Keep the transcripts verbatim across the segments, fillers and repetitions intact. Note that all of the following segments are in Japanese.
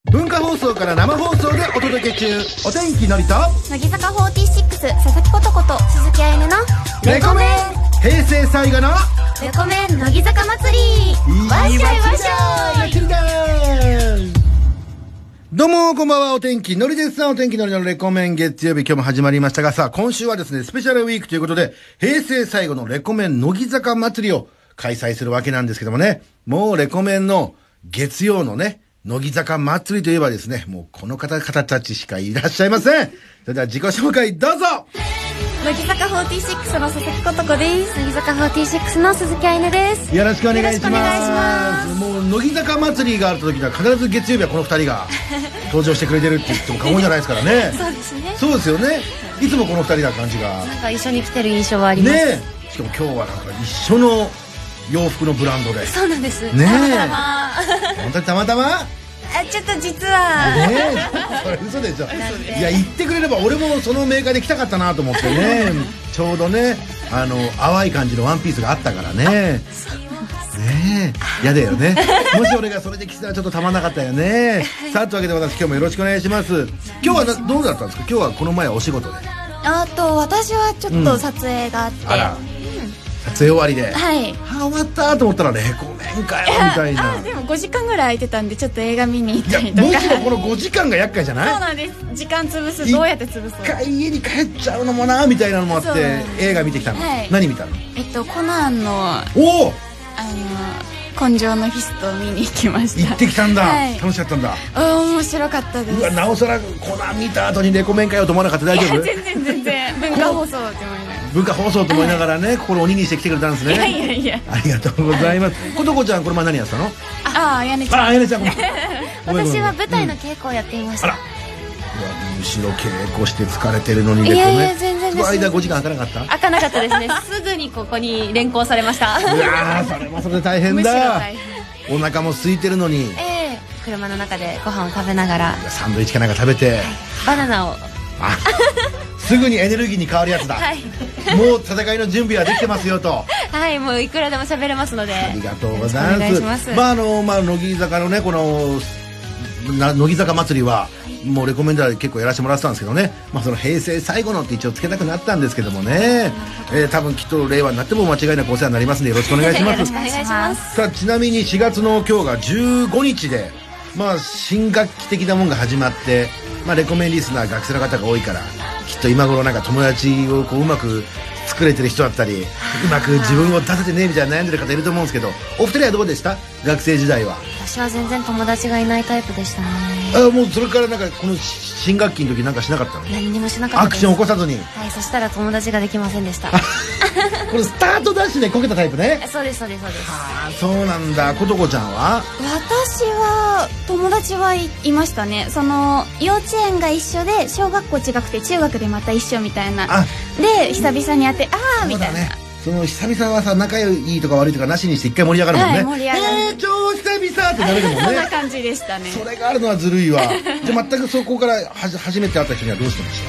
文化放送から生放送でお届け中、お天気のりと乃木坂フォーティーシックス佐々木ことこと鈴木あやねのレコメン、平成最後のレコメン乃木坂祭り、わっしょいわっしょい。 祭りだー。どうもこんばんは、お天気のりです。お天気のりのレコメン月曜日、今日も始まりましたが、さあ今週はですねスペシャルウィークということで、平成最後のレコメン乃木坂祭りを開催するわけなんですけどもね、もうレコメンの月曜のね乃木坂祭りといえばですね、もうこの方々たちしかいらっしゃいません。それでは自己紹介どうぞ。 乃木坂フォーティーシックスの佐々木ことこです。乃木坂フォーティーシックスの鈴木あやねです。 よろしくお願いします。 よろしくお願いします。 もう乃木坂祭りがある時には必ず月曜日はこの二人が登場してくれてるって言っても過言じゃないですからね。 そうですね。 そうですよね。いつもこの二人な感じがなんか一緒に来てる印象はありますね。 しかも今日はなんか一緒の洋服のブランドで。 そうなんです。 ねたまたま本当にたまたまあ、ちょっと実はねえ、それ嘘でしょ。いや言ってくれれば俺もそのメーカーで来たかったなと思ってね。ちょうどね、あの淡い感じのワンピースがあったからね。ねえ、嫌だよね。もし俺がそれで来てたらちょっとたまんなかったよね。さあというわけで私今日もよろしくお願いします。今日はどうだったんですか。今日はこの前はお仕事で。 あと私はちょっと撮影があって、 あら、撮影終わりで、 はい、 あ、終わったと思ったらレコメンかよみたいな。 あ、でもごじかんぐらい空いてたんでちょっと映画見に行ったりとか。 いや、むしろこのごじかんが厄介じゃない。 そうなんです。時間潰す、どうやって潰そう。 一回家に帰っちゃうのもなみたいなのもあって映画見てきたの、はい、何見たの。 えっとコナンのおお、 あの根性のフィストを見に行きました。 行ってきたんだ、はい、楽しかったんだ。 面白かったです。 うわ、なおさらコナン見た後にレコメンかよと思わなかった。大丈夫。 全然全然文化放送って思いながら文化放送と思いながらね、心を鬼にして来てくれたんですね。 いやいやいや、 ありがとうございます。ことこちゃん、これ前何やってたの。 ああ、やねちゃん。 あ、やねちゃん。 私は舞台の稽古をやっていました。 むしろ稽古して疲れてるのにレコメン。いやいや全然です。間ごじかん開かなかった。 開かなかったですね。すぐにここに連行されました。 うわ、それもそれで大変だ。お腹も空いてるのに、 ええ、車の中でご飯を食べながらサンドイッチかなんか食べて、 バナナを、 あ、すぐにエネルギーに変わるやつだ。はい、もう戦いの準備はできてますよと。 はい、もういくらでも喋れますので。 ありがとうございます。まああのまあ乃木坂のね、この乃木坂祭りはもうレコメンダーで結構やらせてもらってたんですけどね、まあその平成最後のって一応つけたくなったんですけどもね、えー、多分きっと令和になっても間違いなくお世話になりますのでよろしくお願いします。よろしくお願いします。さあちなみにしがつの今日がじゅうごにちで、まあ新学期的なもんが始まって、まあレコメンリスナー学生の方が多いから、きっと今頃なんか友達をこううまく作れてる人だったり、うまく自分を出せてねみたいな悩んでる方いると思うんですけど、お二人はどうでした？学生時代は。 私は全然友達がいないタイプでしたね。 あ、もうそれからなんかこの新学期の時なんかしなかったの？ 何にもしなかったです。 アクション起こさずに。 はい、そしたら友達ができませんでした。 これスタートダッシュでこけたタイプね。 そうですそうですそうです。 ああ、そうなんだ。ことこちゃんは？ 私は友達はい、いましたね。その幼稚園が一緒で小学校違くて中学でまた一緒みたいな。で久々に会ってああみたいな。 その久々はさ、仲いいとか悪いとかなしにして一回盛り上がるもんね。はい、盛り上がる。えー、超久々ってなれるもんね。 そんな感じでしたね。 それがあるのはずるいわ。じゃあ全くそこからはじ初めて会った人にはどうしてました？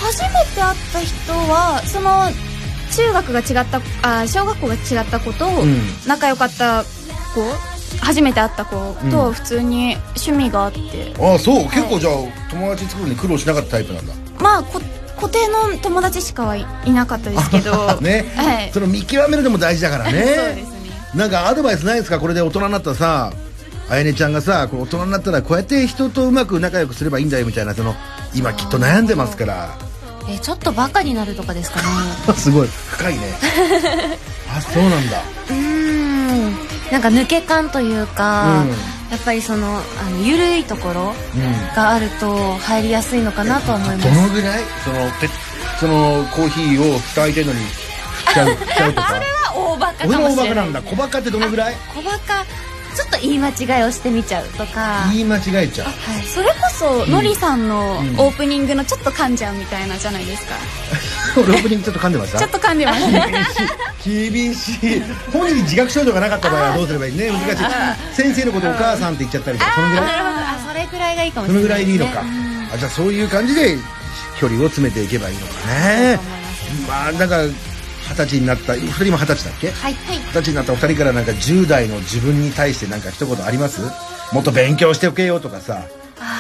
初めて会った人はその中学が違ったあ小学校が違った子と仲良かった子、うん、初めて会った子と普通に趣味があって、 うん、ああそう、はい、結構じゃあ友達作るに苦労しなかったタイプなんだ。 まあこ固定の友達しかはいなかったですけどね、はい、その見極めるのも大事だからね。そうですね。 なんかアドバイスないですか？これで大人になったさ、あやねちゃんがさ、これ大人になったらこうやって人とうまく仲良くすればいいんだよみたいな、その今きっと悩んでますから。 え、ちょっとバカになるとかですかね。 すごい深いね。あ、そうなんだ。 うーん、なんか抜け感というか、うん、やっぱりそのあの緩いところがあると入りやすいのかなと思います。 どのぐらいそのペそのコーヒーを蓋開いてるのに振っちゃう振っちゃうとか。それは大バカかもしれない。 俺も大バカなんだ。小バカってどのぐらい？ 小バカ、ちょっと言い間違いをしてみちゃうとか。 言い間違えちゃう。はい。 それこそ、うん、のりさんのオープニングのちょっと噛んじゃうみたいなじゃないですか。 俺オープニングちょっと噛んでました。 ちょっと噛んでました。 厳しい。本人に自覚症状がなかった場合はどうすればいいね。難しい。先生のことをお母さんって言っちゃったりとか、そのぐらい。 なるほど。あ、それぐらいがいいかもしれない。 そのぐらいでいいのか。あ、じゃあそういう感じで距離を詰めていけばいいのかね。まあだから二十歳になった二人も二十歳だっけ？はい。二十歳になったお二人からなんかじゅう代の自分に対してなんか一言あります？もっと勉強しておけよとかさ。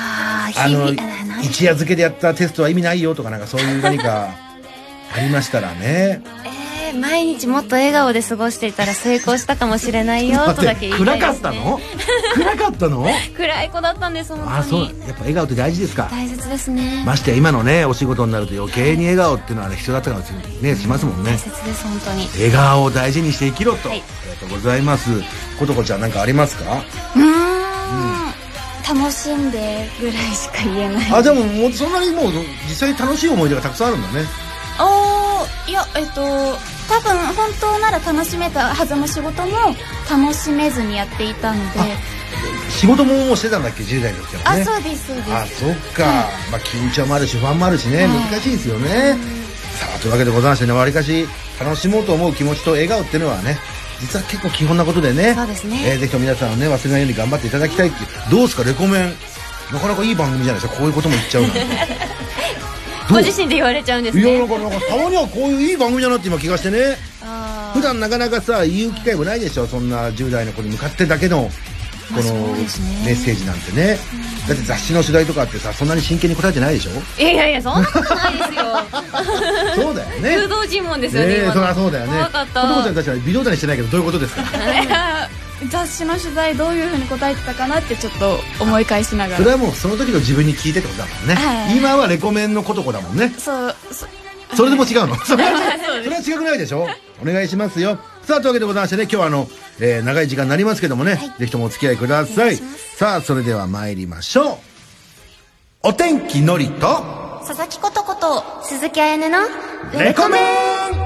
ああの一夜漬けでやったテストは意味ないよとか、なんかそういう何かありましたらね。 えー、毎日もっと笑顔で過ごしていたら成功したかもしれないよとだけ言いたいですね。 暗かったの暗かったの暗い子だったんです本当に。 あ、そう。やっぱ笑顔って大事ですか。 大切ですね。 ましてや今のねお仕事になると余計に笑顔っていうのは、ね、必要だったかもしますもんね。 大切です本当に。 笑顔を大事にして生きろと、はい、ありがとうございます。ことこちゃん何かありますか。 うーん、うん、楽しんでぐらいしか言えない。 あ、でももうそんなにもう実際楽しい思い出がたくさんあるんだね。 おー、いや、えっと多分本当なら楽しめたはずの仕事も楽しめずにやっていたので。 仕事ももうしてたんだっけ、じゅう代の時はね。 あ、そうですそうです。 あ、そっか、はい、まあ緊張もあるし不安もあるしね、はい、難しいですよね。さあというわけでございましてね、わりかし楽しもうと思う気持ちと笑顔っていうのはね、実は結構基本なことでね。 そうですね、 えー、ぜひとも皆さんはね忘れないように頑張っていただきたいっていう。どうですかレコメン、なかなかいい番組じゃないですか、こういうことも言っちゃうなんてご自身で言われちゃうんですね。 いや、なんかなんかたまにはこういういい番組だなって今気がしてね。普段なかなかさ言う機会もないでしょ、そんなじゅう代の子に向かってだけのこのメッセージなんてね。だって雑誌の取材とかってさ、そんなに真剣に答えてないでしょ。 いやいやいや、そんなことないですよそうだよね、 誘導尋問ですよね。 えー、そりゃそうだよね。 怖かった。 子供ちゃんたちは微動だにしてないけど、どういうことですか雑誌の取材どういうふうに答えてたかなってちょっと思い返しながら。 それはもうその時の自分に聞いてってことだもんね、はい、今はレコメンのことこだもんね。 そうそそれでも違うのそれはそれは違くないでしょ。お願いしますよ。さあというわけでございましてね、今日はあの、えー、長い時間になりますけどもね、はい、ぜひともお付き合いください。さあそれでは参りましょう。お天気のりと佐々木ことこと鈴木あやねのレコメン。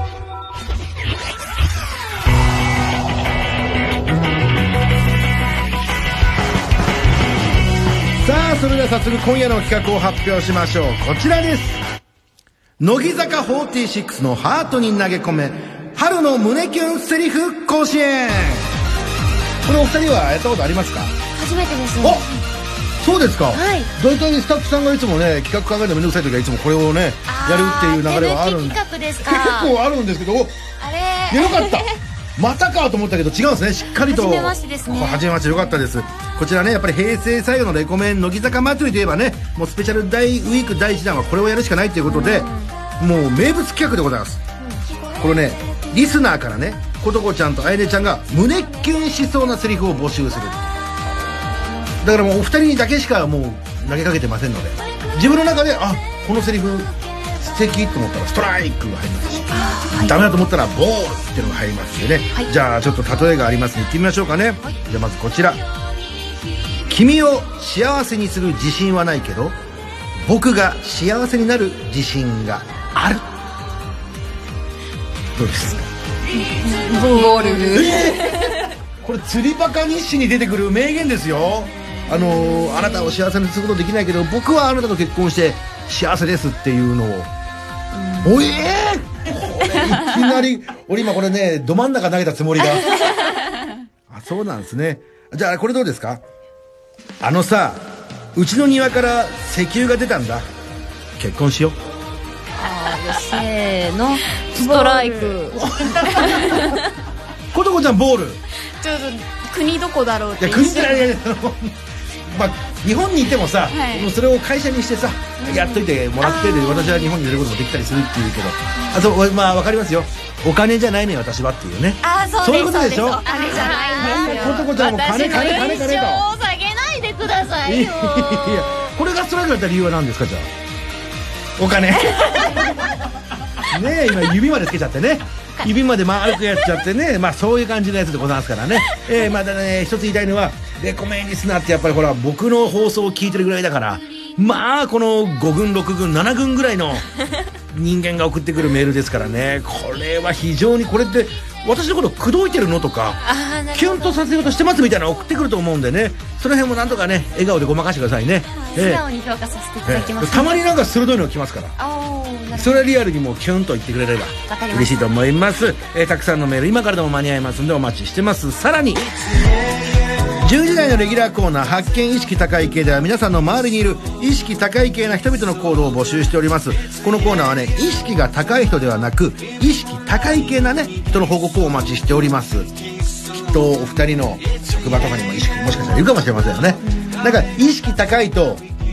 さあそれでは早速今夜の企画を発表しましょう。こちらです。乃木坂フォーティーシックスのハートに投げ込め春の胸キュンセリフ甲子園。これお二人はやったことありますか。 初めてです。 お、そうですか。 はい。 大体スタッフさんがいつもね企画考えるのめんどくさい時はいつもこれをねやるっていう流れはあるんで、 手抜き企画ですか。 結構あるんですけど、あれよかったまたかと思ったけど違うんですね。しっかりと初めましてですね。 初めまして、よかったです。こちらねやっぱり平成最後のレコメン乃木坂祭りといえばね、もうスペシャル大ウィークだいいちだんはこれをやるしかないということで、もう名物企画でございます。これねリスナーからねことこちゃんとあやねちゃんが胸キュンしそうなセリフを募集する。だからもうお二人にだけしかもう投げかけてませんので、自分の中であこのセリフ素敵と思ったらストライクが入りますし、はい、ダメだと思ったらボールっていうのが入りますよね、はい、じゃあちょっと例えがありますので言ってみましょうかね、はい、じゃあまずこちら。君を幸せにする自信はないけど僕が幸せになる自信がある。どうですか。 ボール、 えー、これ釣りバカ日誌に出てくる名言ですよ。あのー、あなたを幸せにすることできないけど僕はあなたと結婚して幸せですっていうのを、うん、おえー、これいきなり俺今これねど真ん中投げたつもりがあ、そうなんですね。じゃあこれどうですか。あのさうちの庭から石油が出たんだ、結婚しよう。 あー、せーのストライクことこちゃんボール。 ちょっと国どこだろうって。 いや国じゃないまあ日本にいてもさ、はい、もうそれを会社にしてさ、うん、やっといてもらってで私は日本に出ることもできたりするっていうけど、あそうまあわかりますよ。お金じゃないね私はっていうね。 あそうです、 そういうことでしょ。 お金じゃないんですよ。 ことこちゃんも金金金金と。 私の印象を下げないでくださいよ。いやこれがストライクだった理由は何ですか。じゃあお金ねえ今指までつけちゃってね、指まで丸くやっちゃってね、まあそういう感じのやつでございますからね。えー、まだね一つ言いたいのはレコメンリスナーってやっぱりほら僕の放送を聞いてるぐらいだから、まあこのごぐんろくぐんななぐんぐらいの人間が送ってくるメールですからね。これは非常にこれって私のこと口説いてるのとかキュンとさせようとしてますみたいなの送ってくると思うんでね、その辺もなんとかね笑顔でごまかしてくださいね。 素直に評価させていただきます、ね。 たまになんか鋭いのが来ますから、それはリアルにもうキュンと言ってくれれば嬉しいと思います。えー、たくさんのメール今からでも間に合いますんでお待ちしてます。さらにじゅうじ台のレギュラーコーナー発見意識高い系では皆さんの周りにいる意識高い系な人々の行動を募集しております。このコーナーはね意識が高い人ではなく意識高い系なね人の報告をお待ちしております。きっとお二人の職場とかにも意識もしかしたらいるかもしれませんよね。なんか意識高いと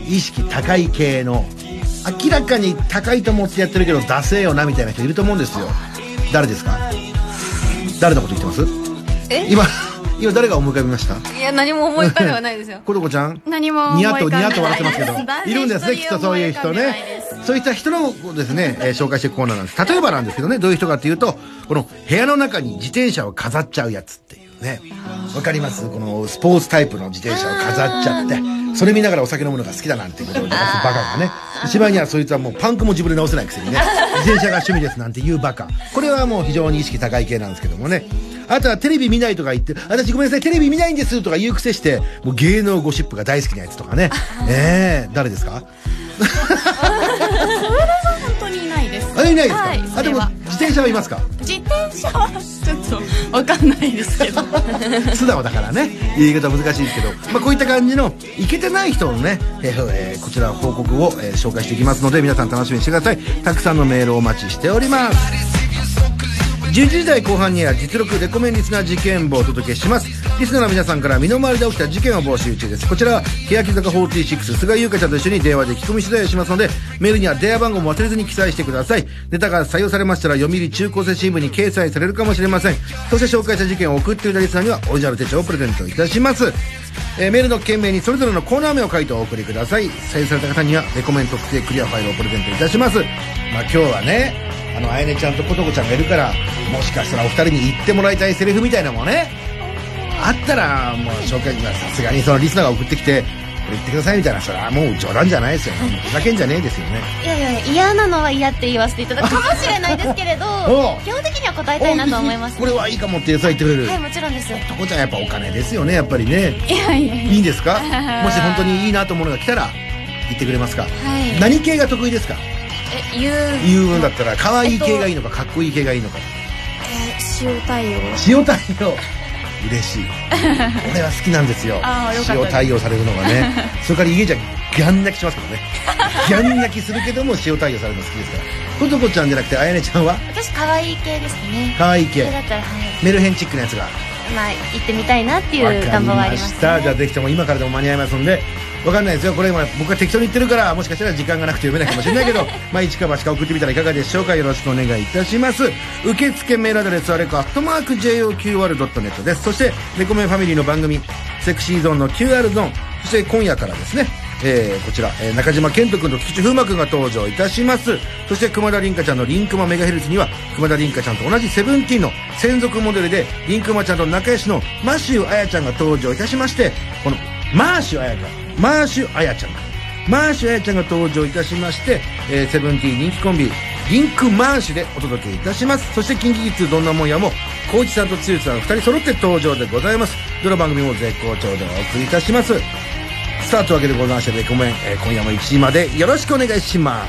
意識高い系の、明らかに高いと思ってやってるけどダセえよなみたいな人いると思うんですよ。誰ですか？誰のこと言ってます？え今今誰が思い浮かびました？ いや、何も思い浮かべはないですよ。 コトコちゃん何も思い浮かべない。 ニヤッとニヤッと笑ってますけどいるんですね、きっとそういう人ね。そういった人のですね、えー、紹介していくコーナーなんです。例えばなんですけどね、どういう人かっていうと、この部屋の中に自転車を飾っちゃうやつっていうね、わかります？このスポーツタイプの自転車を飾っちゃって、それ見ながらお酒飲むのが好きだなんていうことを出すバカがね、しまいにはそいつはもうパンクも自分で直せないくせにね、自転車が趣味ですなんていうバカ。これはもう非常に意識高い系なんですけどもね。あとはテレビ見ないとか言って、私ごめんなさいテレビ見ないんですとか言う癖して、もう芸能ゴシップが大好きなやつとかね。ええー、誰ですか？ 上田さん本当にいないです。 あれいないですか？ はい、 あ、でも自転車はいますか？ 自転車はちょっとわかんないですけど素直だからね、言い方難しいですけど、まあ、こういった感じのイケてない人のね、えーえー、こちら報告を、えー、紹介していきますので、皆さん楽しみにしてください。たくさんのメールをお待ちしております。じゅういちじ台後半には実力レコメンリスナー事件簿をお届けします。リスナーの皆さんから身の回りで起きた事件を募集中です。こちらは欅坂フォーティーシックス菅優香ちゃんと一緒に電話で聞き込み取材をしますので、メールには電話番号も忘れずに記載してください。ネタが採用されましたら読売中高生新聞に掲載されるかもしれません。そして紹介した事件を送っていたリスナーにはオリジナル手帳をプレゼントいたします。えー、メールの件名にそれぞれのコーナー名を書いてお送りください。採用された方にはレコメン特定クリアファイルをプレゼントいたします。まあ今日はね、あのあやねちゃんとことこちゃんがいるから、もしかしたらお二人に言ってもらいたいセリフみたいなのもねあったら、もう紹介、さすがにそのリスナーが送ってきてこれ言ってくださいみたいな、それはもう冗談じゃないですよね。ふざけんじゃねえですよね。 いやいや、嫌なのは嫌って言わせていただくかもしれないですけれど基本的には答えたいなと思います、ね、 これはいいかもってさ言ってくれる。 はい、もちろんですよ。 とこちゃんやっぱお金ですよね、やっぱりね。 いやいやいや、 いいんですか？もし本当にいいなと思うのが来たら言ってくれますか？ はい。 何系が得意ですか？ え、言う言うんだったら可愛い系がいいのか、かっこいい系がいいのか。 えー、塩対応。 塩対応嬉しい俺は好きなんですよ。塩対応されるのがねそれから家じゃギャン泣きしますけどねギャン泣きするけども塩対応されるの好きですから。ことこちゃんじゃなくてあやねちゃんは？ 私可愛い系ですね。 可愛い系だったら、はい、 メルヘンチックなやつがまあ行ってみたいなっていう願望はありますね。 わかりました。じゃあぜひとも今からでも間に合いますんで、わかんないですよ、これ今僕が適当に言ってるからもしかしたら時間がなくて読めないかもしれないけどまあ一か八か送ってみたらいかがでしょうか。よろしくお願いいたします。受付メールアドレスはレコアットマーク ジェイオーキューアールドットネット です。そしてレコメンファミリーの番組セクシーゾーンの キューアール ゾーン、そして今夜からですね、えー、こちら、えー、中島健人君と菊池風磨君が登場いたします。そして熊田凛香ちゃんのリンクマメガヘルツには熊田凛香ちゃんと同じセブンティーンの専属モデルでリンクマちゃんと仲良しのマシューあやちゃんが登場いたしまして、このマーシュあやちゃんマーシュあやちゃんマーシュあやちゃんが登場いたしまして、えー、セブンティーン人気コンビリンクマーシュでお届けいたします。そしてキンキキッズどんなもんやも光一さんと剛さんふたり揃って登場でございます。どの番組も絶好調でお送りいたします。スタートわけでございましてレコメン、えー、今夜もいちじまでよろしくお願いします。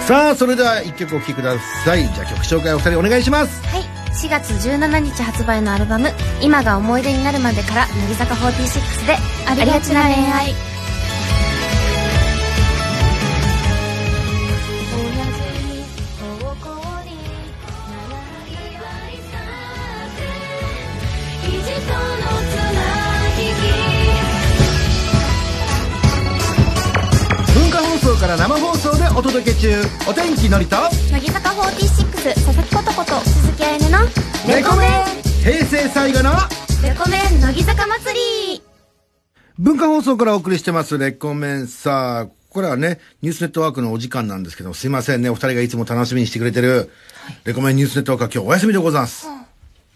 さあそれではいっきょくお聴きください。じゃあ曲紹介お二人お願いします。 はい、しがつじゅうしちにち発売のアルバム「今が思い出になるまで」から乃木坂フォーティーシックスで「ありがちな恋愛」。 文化放送から生放送でお届け中、お天気のりと乃木坂フォーティーシックス佐々木ことこと鈴木あやねのレコメン、平成最後のレコメン乃木坂祭り。 文化放送からお送りしてますレコメン。さあこれはねニュースネットワークのお時間なんですけど、すいませんね、お二人がいつも楽しみにしてくれてるレコメンニュースネットワークは今日お休みでございます、うん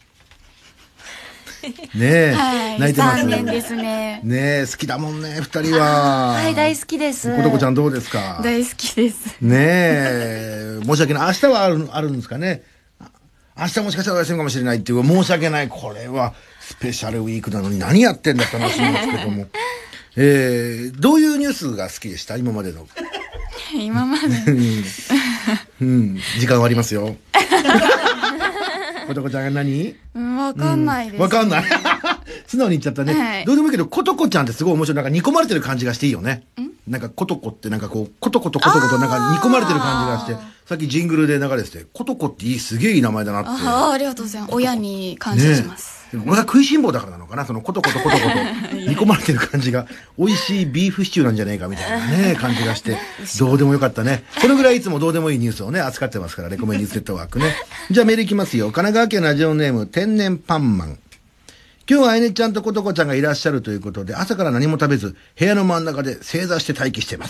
ねえ、はい、泣いてますね。 残念ですね。 ねえ、好きだもんね、二人は。 はい、大好きです。 ことこちゃんどうですか？ 大好きです。 ねえ、申し訳ない。明日はある、あるんですかね。明日もしかしたらお休みかもしれないっていう、申し訳ない。これはスペシャルウィークなのに何やってんだって話なんですけども。えー、どういうニュースが好きでした？今までの。 今まで。 うん、時間はありますよ。ことこちゃんが何？ わかんないです。 わかんない。素直に言っちゃったね。はい、どうでもいいけど、ことこちゃんってすごい面白い。なんか煮込まれてる感じがしていいよね。なんかことこってなんかこう、ことことことことなんか煮込まれてる感じがして、さっきジングルで流れてて、ことこっていい、すげえいい名前だなって。 ああ、ありがとうございます。親に感謝します。 俺が食いしん坊だからなのかな、そのコトコトコトコト煮込まれてる感じが、美味しいビーフシチューなんじゃねえかみたいなね、感じがして、どうでもよかったね。このぐらいいつもどうでもいいニュースをね、扱ってますから、レコメンニュースネットワークね。じゃあメールいきますよ。神奈川県ラジオネーム、天然パンマン。今日はあいねちゃんとコトコちゃんがいらっしゃるということで、朝から何も食べず、部屋の真ん中で正座して待機してます。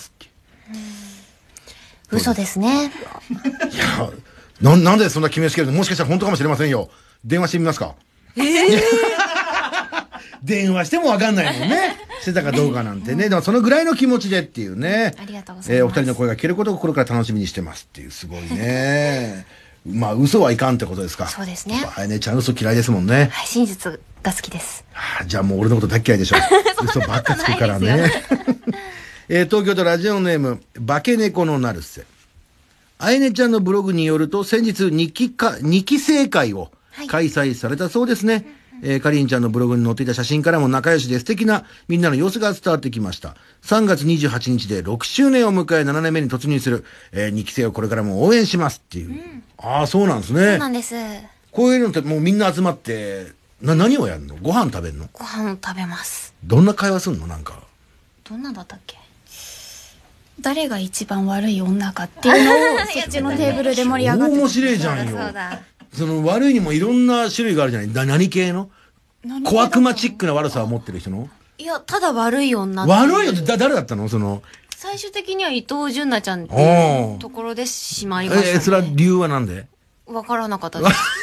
嘘ですね。 いや、な、なんでそんな決めつけるの？もしかしたら本当かもしれませんよ。電話してみますか？えー、電話してもわかんないもんね。してたかどうかなんてね。でもそのぐらいの気持ちでっていうね。 ありがとうございます。 えー、お二人の声が聞けることを心から楽しみにしてますっていう、すごいね。まあ、嘘はいかんってことですか。 そうですね。 あいねちゃん嘘嫌いですもんね。 はい、真実が好きです。 はあ、じゃあもう俺のこと大嫌いでしょ。嘘ばっかつくからね。えー、東京都ラジオネーム、化け猫のなるせ。あいねちゃんのブログによると、先日日記か、日記正会を開催されたそうですね。はい、えー、かりんちゃんのブログに載っていた写真からも仲良しで素敵なみんなの様子が伝わってきました。さんがつにじゅうはちにちでろくしゅうねんを迎えななねんめに突入する、えー、日記生をこれからも応援しますっていう。うん、ああ、そうなんですね。 そうなんです。 こういうのってもうみんな集まって、な、何をやるの？ご飯食べるの？ ご飯を食べます。 どんな会話すんの？なんか。 どんなだったっけ？ 誰が一番悪い女かっていうのをそっちのテーブルで盛り上がって面白いじゃんよ。そうだ。その悪いにもいろんな種類があるじゃない。だ、何系の？小悪魔チックな悪さを持ってる人の？いや、ただ悪い女。 悪いよってだ、誰だったの？その。 最終的には伊藤純奈ちゃんっていうところでしまいましたね。 えー、それは理由はなんで？ わからなかったです。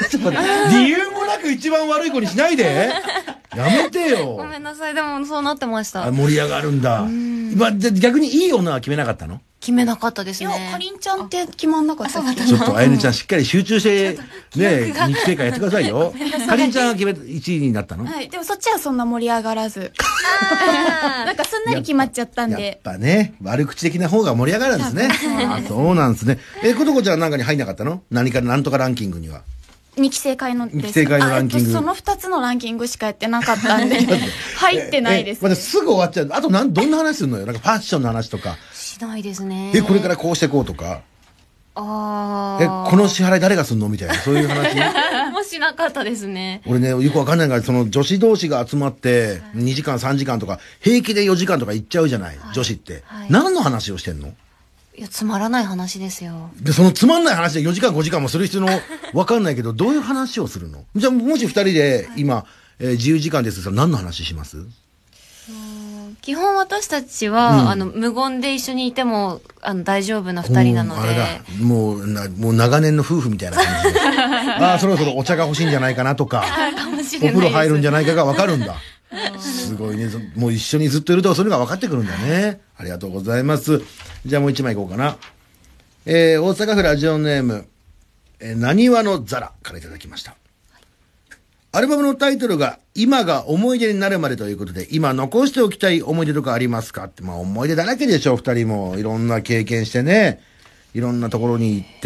ちょっと待って、理由もなく一番悪い子にしないで。やめてよ。 ごめんなさい、でもそうなってました。 あ、盛り上がるんだ。まあ、じゃ逆にいい女は決めなかったの？ 決めなかったですね。 いや、かりんちゃんって決まんなかったっけ？ ちょっとあやねちゃんしっかり集中して、ね、日記生会やってくださいよ。かりんちゃんが決め、いちいになったの？ はい、でもそっちはそんな盛り上がらず。なんかすんなり決まっちゃったんで。 やっぱね、悪口的な方が盛り上がるんですね。あ、そうなんですね。え、ことこちゃんなんかに入んなかったの？何かなんとかランキングには。 二期生会のです。 二期生会のランキング。 その二つのランキングしかやってなかったんで、入ってないです。 まだすぐ終わっちゃう。あとなん、どんな話するのよ？なんかファッションの話とか。 しないですね。 え、これからこうしてこうとか。 ああ。え、この支払い誰がすんのみたいな、そういう話。 もしなかったですね。 俺ね、よくわかんないから、その女子同士が集まって、にじかんさんじかんとか、平気でよじかんとか行っちゃうじゃない、はい、女子って、はい。何の話をしてんの？ いや、つまらない話ですよ。 で、そのつまんない話でよじかんごじかんもする必要の、わかんないけど、どういう話をするの？じゃあ、もし二人で今、はい、えー、自由時間ですが、何の話します？ 基本私たちは、うん、あの、無言で一緒にいても、あの、大丈夫な二人なので。あれだ。 もう、な、もう長年の夫婦みたいな感じで。ああ、そろそろお茶が欲しいんじゃないかなとか、 かもしれないです。 お風呂入るんじゃないかがわかるんだ。すごいね。もう一緒にずっといると、それが分かってくるんだね。ありがとうございます。じゃあもう一枚いこうかな。えー、大阪府ラジオネーム、えー、なにわのザラからいただきました。アルバムのタイトルが今が思い出になるまでということで、今残しておきたい思い出とかありますかって、まあ思い出だらけでしょ、二人も。いろんな経験してね、いろんなところに行って、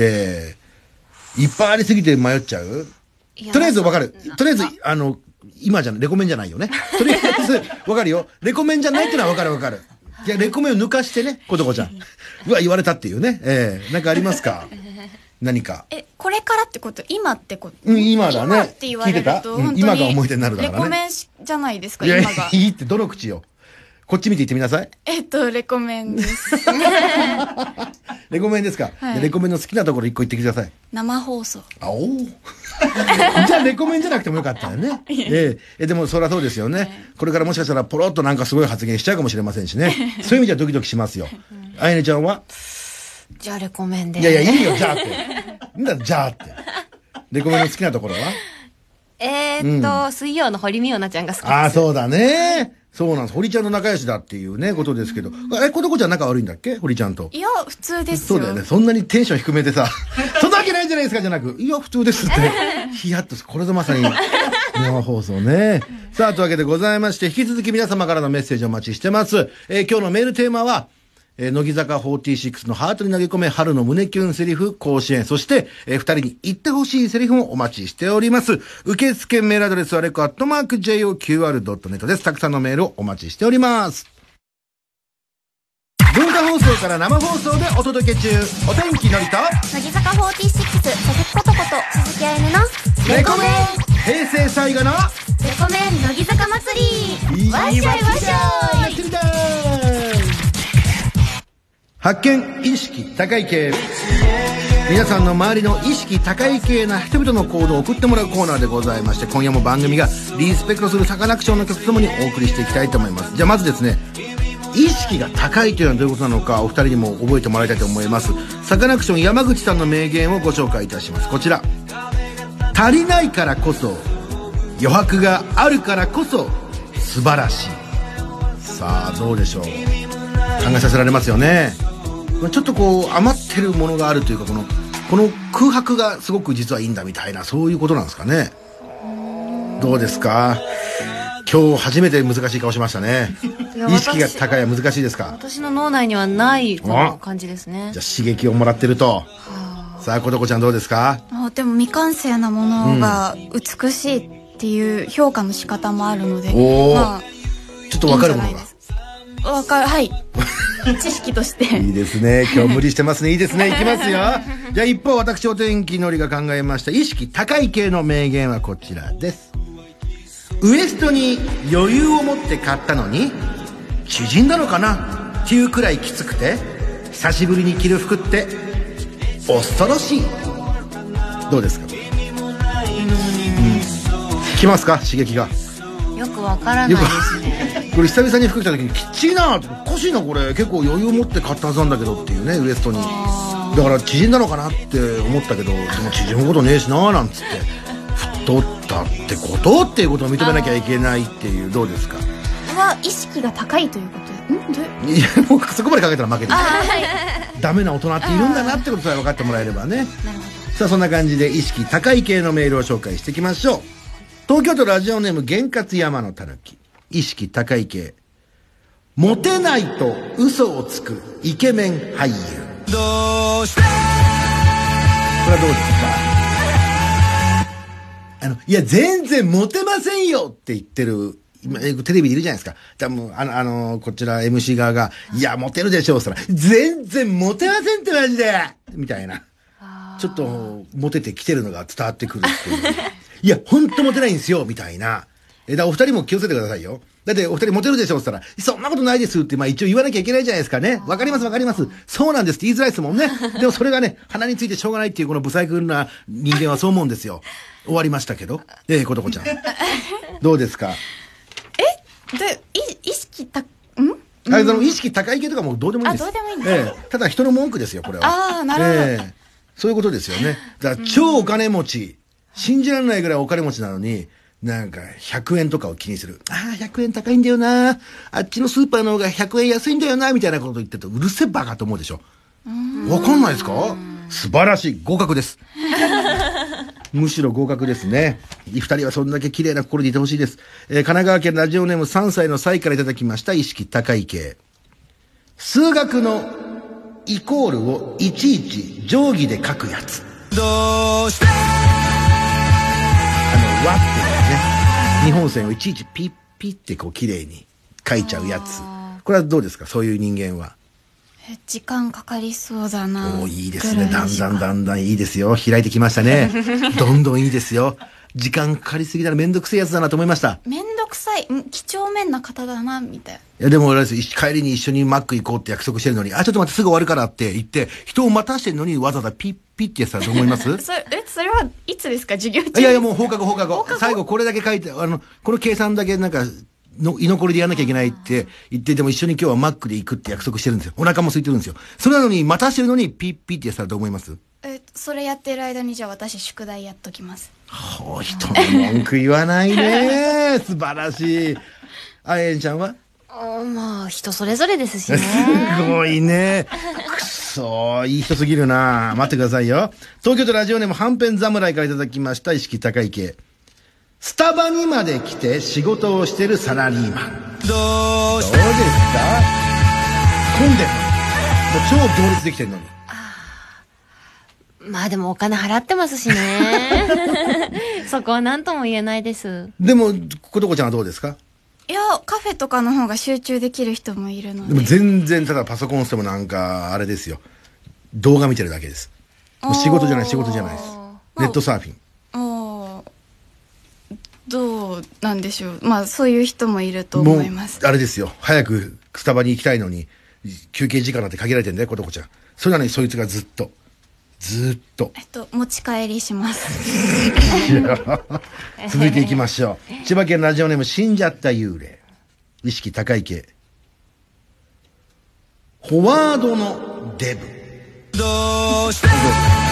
いっぱいありすぎて迷っちゃう？とりあえずわかる。とりあえず、あの、今じゃ、レコメンじゃないよね。とりあえず、わかるよ。レコメンじゃないってのはわかるわかる。いや、レコメンを抜かしてね、ことこちゃん。うわ、言われたっていうね。ええー、なんかありますか？何か。 え、これからってこと？今ってこと？ うん、今だね。 今って言われると、 聞いてた？うん、今が思い出になるだからね。 レコメンじゃないですか、 今が。 いや、 いいって、どの口よ。こっち見て言ってみなさい。 えっと、レコメンです。 レコメンですか？はい、レコメンの好きなところ一個言ってきてください。 生放送。 あおー。じゃあレコメンじゃなくてもよかったよね。ええ、でもそりゃそうですよね。これからもしかしたらポロッとなんかすごい発言しちゃうかもしれませんしね。そういう意味ではドキドキしますよ。あやねちゃんは？ じゃあレコメンで。 いやいや、いいよ、じゃあって。なんだ、じゃあって。レコメンの好きなところは？ えーっと、うん、水曜の堀美央奈ちゃんが好きです。 ああ、そうだね。そうなんです。堀ちゃんの仲良しだっていうね、ことですけど。え、ことこちゃん仲悪いんだっけ？堀ちゃんと。 いや、普通ですよ。 そうだよね。そんなにテンション低めでさ、そんなわけないじゃないですかじゃなく、いや、普通ですって。ヒヤッと、これぞまさに、生放送ね。さあ、というわけでございまして、引き続き皆様からのメッセージをお待ちしてます。えー、今日のメールテーマは、えー、乃木坂フォーティーシックスのハートに投げ込め春の胸キュンセリフ甲子園、そして、えー、二人に言ってほしいセリフもお待ちしております。受付メールアドレスはレコアットマーク ジェイオーキューアールドットネット です。たくさんのメールをお待ちしております。文化放送から生放送でお届け中、お天気のりと乃木坂フォーティーシックス佐々木ことこと鈴木あやねのレコメン、平成最後のレ横面乃木坂祭り、わっしょいわっしょい。 やってみたい。発見意識高い系。皆さんの周りの意識高い系な人々の行動を送ってもらうコーナーでございまして、今夜も番組がリスペクトするサカナクションの曲とともにお送りしていきたいと思います。じゃあまずですね、意識が高いというのはどういうことなのか、お二人にも覚えてもらいたいと思います。サカナクション山口さんの名言をご紹介いたします。こちら。足りないからこそ、余白があるからこそ素晴らしい。さあどうでしょう。考えさせられますよね。ちょっとこう余ってるものがあるというか、このこの空白がすごく実はいいんだみたいな、そういうことなんですかね。どうですか。今日初めて難しい顔しましたね。意識が高いは難しいですか。 私の脳内にはないこの感じですね。 じゃあ刺激をもらってると。さあ琴子ちゃんどうですか。 あ、でも未完成なものが美しいっていう評価の仕方もあるので、 お、 まあ、 ちょっと分かるものがわかる、はい知識としていいですね。今日無理してますね。いいですね。いきますよ。じゃあ一方、私お天気のりが考えました意識高い系の名言はこちらです。ウエストに余裕を持って買ったのに縮んだのかなっていうくらいきつくて、久しぶりに着る服って恐ろしい。どうですか。うん、来ますか刺激が。 よくわからないですね。 これ久々に服着た時にきっちりな、おかしいなこれ、結構余裕を持って買ったはずなんだけどっていうね、ウエストに。だから縮んだのかなって思ったけど、でも縮むことねえしななんつって太ったってことっていうことを認めなきゃいけないっていう。どうですか。 は意識が高いということで、んいやもうそこまで考えたら負けてる。ダメな大人っているんだなってことさえ分かってもらえればね。なるほど。さあそんな感じで意識高い系のメールを紹介していきましょう。東京都ラジオネーム験担山のたぬき。意識高い系。モテないと嘘をつくイケメン俳優。どうしてこれはどうですか。あのいや全然モテませんよって言ってる今テレビでいるじゃないですか。多分あのあのこちら エムシー 側がいやモテるでしょうしたら全然モテませんってマジでみたいな、ちょっとモテてきてるのが伝わってくるっていういや本当モテないんですよみたいな。えだお二人も気をつけてくださいよ。だってお二人モテるでしょって言ったらそんなことないですって、まあ一応言わなきゃいけないじゃないですかね。わかりますわかります、そうなんですって言いづらいですもんね。でもそれがね鼻についてしょうがないっていうこのブサイクな人間はそう思うんですよ。終わりましたけど、ええことこちゃんどうですか。 えでい意識たんあれその意識高い系とかもうどうでもいいんです。 あどうでもいいんです、 ええ、ただ人の文句ですよこれは。 ああなるほど、ええそういうことですよね。だから超お金持ち、信じられないぐらいお金持ちなのになんかひゃくえんとかを気にする。ああひゃくえん高いんだよな、あっちのスーパーの方がひゃくえん安いんだよなみたいなこと言ってるとうるせえバカと思うでしょ。わかんないですか。素晴らしい、合格ですむしろ合格ですね。二人はそんだけ綺麗な心でいてほしいです。えー、神奈川県ラジオネームさんさいのサイからいただきました意識高い系。数学のイコールをいちいち定規で書くやつ。どうしてあの和っていうね、日本線をいちいちピッピッってこう綺麗に書いちゃうやつ。これはどうですかそういう人間は。 え時間かかりそうだな。 おいいですね。だんだんだんだんいいですよ。開いてきましたねどんどんいいですよ。時間かかりすぎたらめんどくせえやつだなと思いました。 めんどくさい、几帳面な方だなみたいな。 いやでも俺です帰りに一緒にマック行こうって約束してるのに、あちょっと待ってすぐ終わるからって言って人を待たしてるのにわざわざピッピッってやつだと思いますそれえそれはいつですか授業中。 いやいやもう放課後放課後最後これだけ書いて、あのこの計算だけなんかの居残りでやんなきゃいけないって言って、でも一緒に今日はマックで行くって約束してるんですよ。お腹も空いてるんですよ。それなのに待たしてるのにピッピッってやつだと思います。 えそれやってる間にじゃあ私宿題やっときます。 ほう人の文句言わないね素晴らしい。あえんちゃんはあまあ人それぞれですしねすごいねくそいい人すぎるな。待ってくださいよ。東京都ラジオネームはんぺん侍からいただきました意識高い系。スタバにまで来て仕事をしてるサラリーマン。どうですか。混んでるのもう超行列できてるのに。 まあでもお金払ってますしねそこは何とも言えないです。 でもことこちゃんはどうですか。 いやカフェとかの方が集中できる人もいるので。 でも全然ただパソコンしてもなんかあれですよ、動画見てるだけです。もう仕事じゃない仕事じゃないです。ネットサーフィン。 どうなんでしょう。まあそういう人もいると思います。 あれですよ、早くスタバに行きたいのに休憩時間なんて限られてんだよ、ことこちゃん。それなのにそいつがずっとずっとえっと持ち帰りします続いていきましょう。千葉県ラジオネーム死んじゃった幽霊。意識高い系。フォワードのデブ。どうしてフォワード、サッカーサッカーの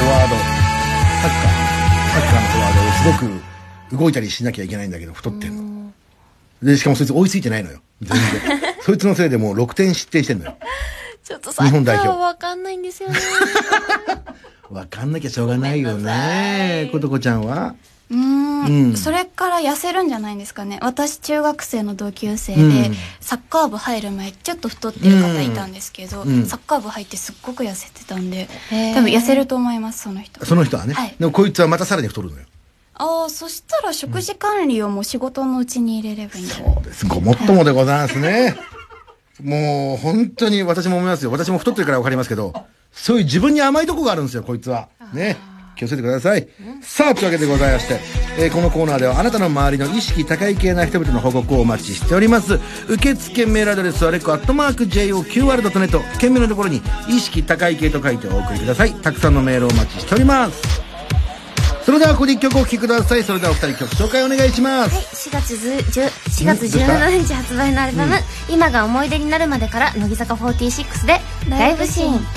フォワードをすごく動いたりしなきゃいけないんだけど太ってんので、しかもそいつ追いついてないのよ、全然そいつのせいでもうろくてん失点してんのよ。 ちょっとサッカーは分かんないんですよね分かんなきゃしょうがないよね。ことこちゃんはうーん、うん、それから痩せるんじゃないんですかね。私中学生の同級生で、うん、サッカー部入る前ちょっと太ってる方いたんですけど、うん、サッカー部入ってすっごく痩せてたんで、多分痩せると思います。その人その人はね、はい、でもこいつはまたさらに太るのよ。 ああ、そしたら食事管理をもう仕事のうちに入れればいいんじゃない。 そうです、ごもっともでございますねもう本当に私も思いますよ。私も太ってるから分かりますけど、そういう自分に甘いとこがあるんですよ、こいつはね。気をつけてください。さあ、というわけでございまして、えー、このコーナーではあなたの周りの意識高い系な人々の報告をお待ちしております。受付メールアドレスはレコアットマーク ジェイオーキューアールドットネット、件名のところに意識高い系と書いてお送りください。たくさんのメールをお待ちしております。それではここでいっきょくお聴きください。それではお二人曲紹介お願いします。 はい、しがつじゅうしがつじゅうしちにち発売のアルバム、うん、今が思い出になるまでから乃木坂フォーティーシックスでライブシーン。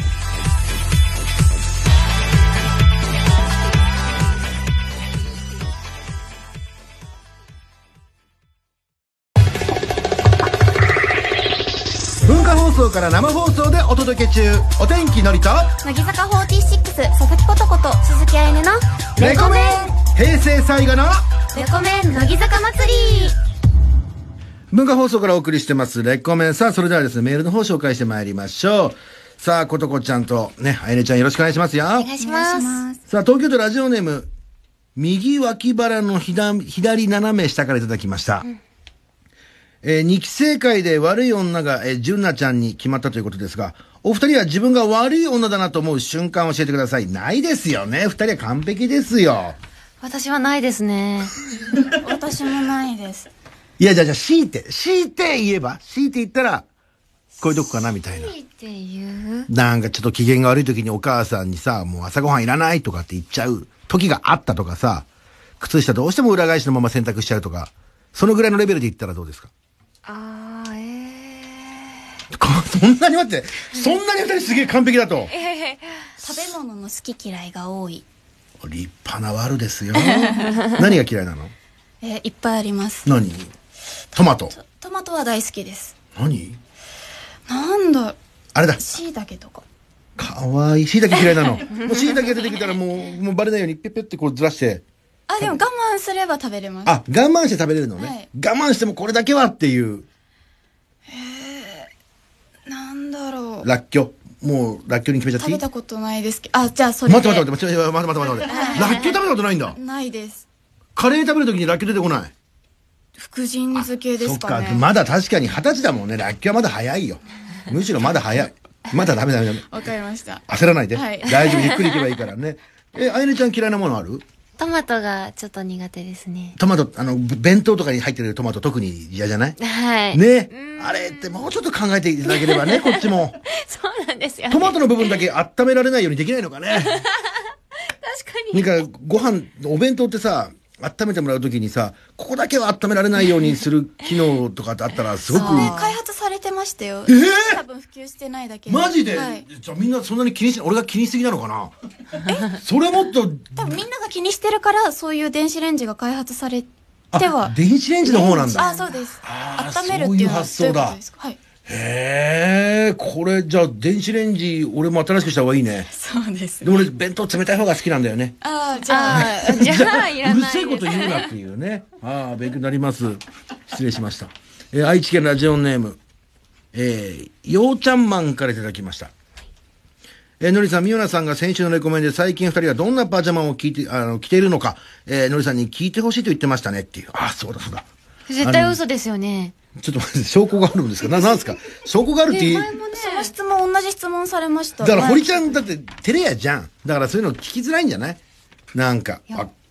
文化放送から生放送でお届け中、お天気のりと乃木坂フォーティーシックス佐々木ことこと鈴木愛音のレコメン。平成最後のレコメン乃木坂祭り。 文化放送からお送りしてますレコメン。さあ、それではですね、メールの方紹介してまいりましょう。さあ、ことこちゃんとね、あやねちゃんよろしくお願いしますよ。お願いします。 さあ、東京都ラジオネーム右脇腹の左、左斜め下からいただきました、うん。えー、に期生会で悪い女が、えー、純奈ちゃんに決まったということですが、お二人は自分が悪い女だなと思う瞬間を教えてください。ないですよね。二人は完璧ですよ。 私はないですね私もないです。 いや、じゃあ、じゃあ、強いて、強いて言えば、強いて言ったら、こういうとこかな、みたいな。 強いて言う？ なんかちょっと機嫌が悪い時にお母さんにさ、もう朝ごはんいらないとかって言っちゃう時があったとかさ、靴下どうしても裏返しのまま洗濯しちゃうとか、そのぐらいのレベルで言ったらどうですか？ あー、えー。そんなに待って、そんなに二人すげえ完璧だと。 えー、食べ物の好き嫌いが多い。 立派な悪ですよ。何が嫌いなの？ えー、いっぱいあります。 何？トマト。 トマトは大好きです。 何？ なんだ。 あれだ。 椎茸とか。 かわいい。椎茸嫌いなの。もう椎茸が出てきたらもう、もうバレないようにペッペッってこうずらして。 あ、でも我慢すれば食べれます。 あ、我慢して食べれるのね。はい、我慢してもこれだけはっていう。 へえ、なんだろう。 らっきょう。もう、らっきょうに決めちゃっていい？ 食べたことないですけど。あ、じゃあそれで。 待って待って待って、待って待って待って待って。らっきょう食べたことないんだ。 ないです。 カレー食べるときにらっきょう出てこない？ 福神漬けですかね。 そっか、まだ確かに二十歳だもんね。らっきょうはまだ早いよ。むしろまだ早い。まだダメダメダメ。 わかりました。 焦らないで。 はい、 大丈夫、ゆっくりいけばいいからね。え、あやねちゃん嫌いなものある？ トマトがちょっと苦手ですね。 トマト、あの、弁当とかに入ってるトマト特に嫌じゃない？ はい。 ね。あれってもうちょっと考えていただければね、こっちも。 そうなんですよ、ね。 トマトの部分だけ温められないようにできないのかね。 確かに。 なんか、ご飯、お弁当ってさ、温めてもらうときにさ、ここだけは温められないようにする機能とかってあったらすごく。 それ開発されてましたよ。 えー、 多分普及してないだけで。マジで、 はい、 じゃあみんなそんなに気にし、俺が気にしすぎなのかな？えそれもっと。 多分みんなが気にしてるから、そういう電子レンジが開発されては。 電子レンジの方なんだ。 あ、そうです。温めるっていうのはそういう発想だ。 はい。 へえ、これじゃあ電子レンジ俺も新しくした方がいいね。 そうです、 ね。で俺弁当冷たい方が好きなんだよね。 ああ、じゃあ、 じゃあいらない。 うるせえこと言うなっていうね。ああ、勉強になります。失礼しました。えー、愛知県ラジオネーム、えー、ようちゃんマンからいただきました。えー、のりさん、みおなさんが先週のレコメンで最近二人はどんなパジャマを着て、あの、着ているのか、えー、のりさんに聞いてほしいと言ってましたねっていう。ああ、そうだそうだ。 絶対嘘ですよね。 ちょっと待って、証拠があるんですか？な、なんですか？証拠があるって言う。 前もね、その質問、同じ質問されました。 だから、堀ちゃん、だって、照れ屋じゃん。だから、そういうの聞きづらいんじゃない？なんか、あ、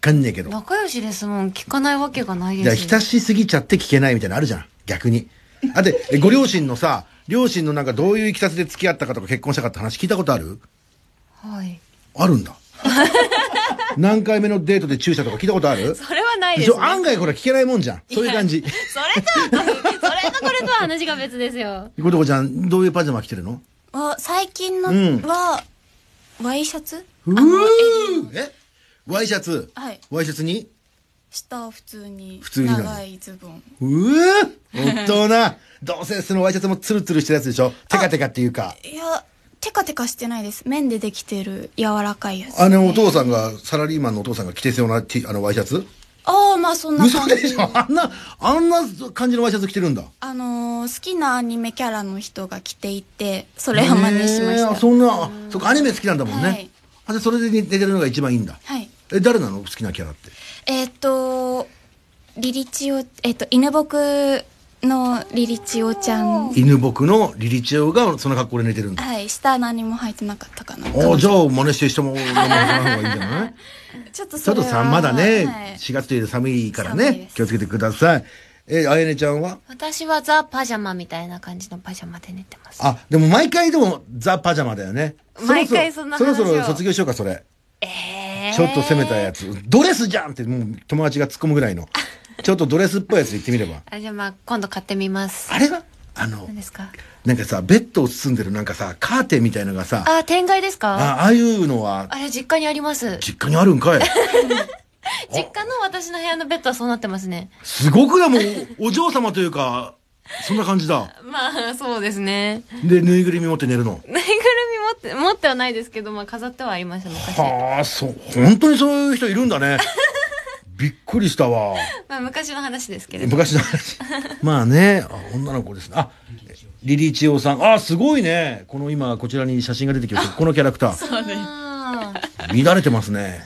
かんねえけど。 仲良しですもん。聞かないわけがないです。 じゃあ、浸しすぎちゃって聞けないみたいなのあるじゃん。逆に。あで、ご両親のさ、両親のなんかどういういきさつで付き合ったかとか結婚したかって話聞いたことある？ はい。 あるんだ。何回目のデートで注射とか聞いたことある？ それはないですね。 案外これ聞けないもんじゃん。そういう感じ。 それとは、それとこれとは話が別ですよ。 ことこちゃん、どういうパジャマ着てるの？ あ、最近のは、ワイシャツ？ うーえワイシャツ？ はい。 ワイシャツに下は普通に。 普通に長いズボン。 うーおっとな。どうせそのワイシャツもツルツルしてるやつでしょ？テカテカっていうか。 いや、テカテカしてないです。綿でできてる柔らかいやつ、ね。 あのお父さんが、サラリーマンのお父さんが着てそうなあのワイシャツ？ ああ、まあそんな感じ。 嘘でしょ？あんな、あんな感じのワイシャツ着てるんだ。 あのー、好きなアニメキャラの人が着ていて、それを真似しました。 そんな、そっか、アニメ好きなんだもんね。はい。あ、で、それで出てるのが一番いいんだ。 はい。 え、誰なの好きなキャラって。 えっと、リリチオ、えっと、犬僕のリリチオちゃん。 犬僕のリリチオがその格好で寝てるんだ。 はい。下何も履いてなかったかな。 ああ、じゃあ真似して人も飲まない方がいいんじゃないちょっとちょっとさ、まだね、はい、しがつという寒いからね、気をつけてください。え、あやねちゃんは？ 私はザ・パジャマみたいな感じのパジャマで寝てます。 あ、でも毎回でもザ・パジャマだよね。 毎回そんな話を。 そろそろ卒業しようか、それ。 えー。 ちょっと攻めたやつ。ドレスじゃんってもう友達が突っ込むぐらいの。ちょっとドレスっぽいやつ言ってみれば。 あ、じゃあまあ、今度買ってみます。 あれはあの、 何ですか？ なんかさ、ベッドを包んでるなんかさ、カーテンみたいのがさ。 あ、天蓋ですか？ あ、ああいうのは。 あれ、実家にあります。 実家にあるんかい。 実家の私の部屋のベッドはそうなってますね。 すごくだもん、お嬢様というか、そんな感じだ。 まあ、そうですね。 で、ぬいぐるみ持って寝るの？ ぬいぐるみ持って、持ってはないですけど、まあ、飾ってはありました、昔。 はあ、そう、本当にそういう人いるんだね。びっくりしたわ。 まあ、昔の話ですけれど。 昔の話。まあね、あ、女の子ですね。あ、リリチオさん。あ、すごいね。この今、こちらに写真が出てきました。このキャラクター。 そうです。 乱れてますね。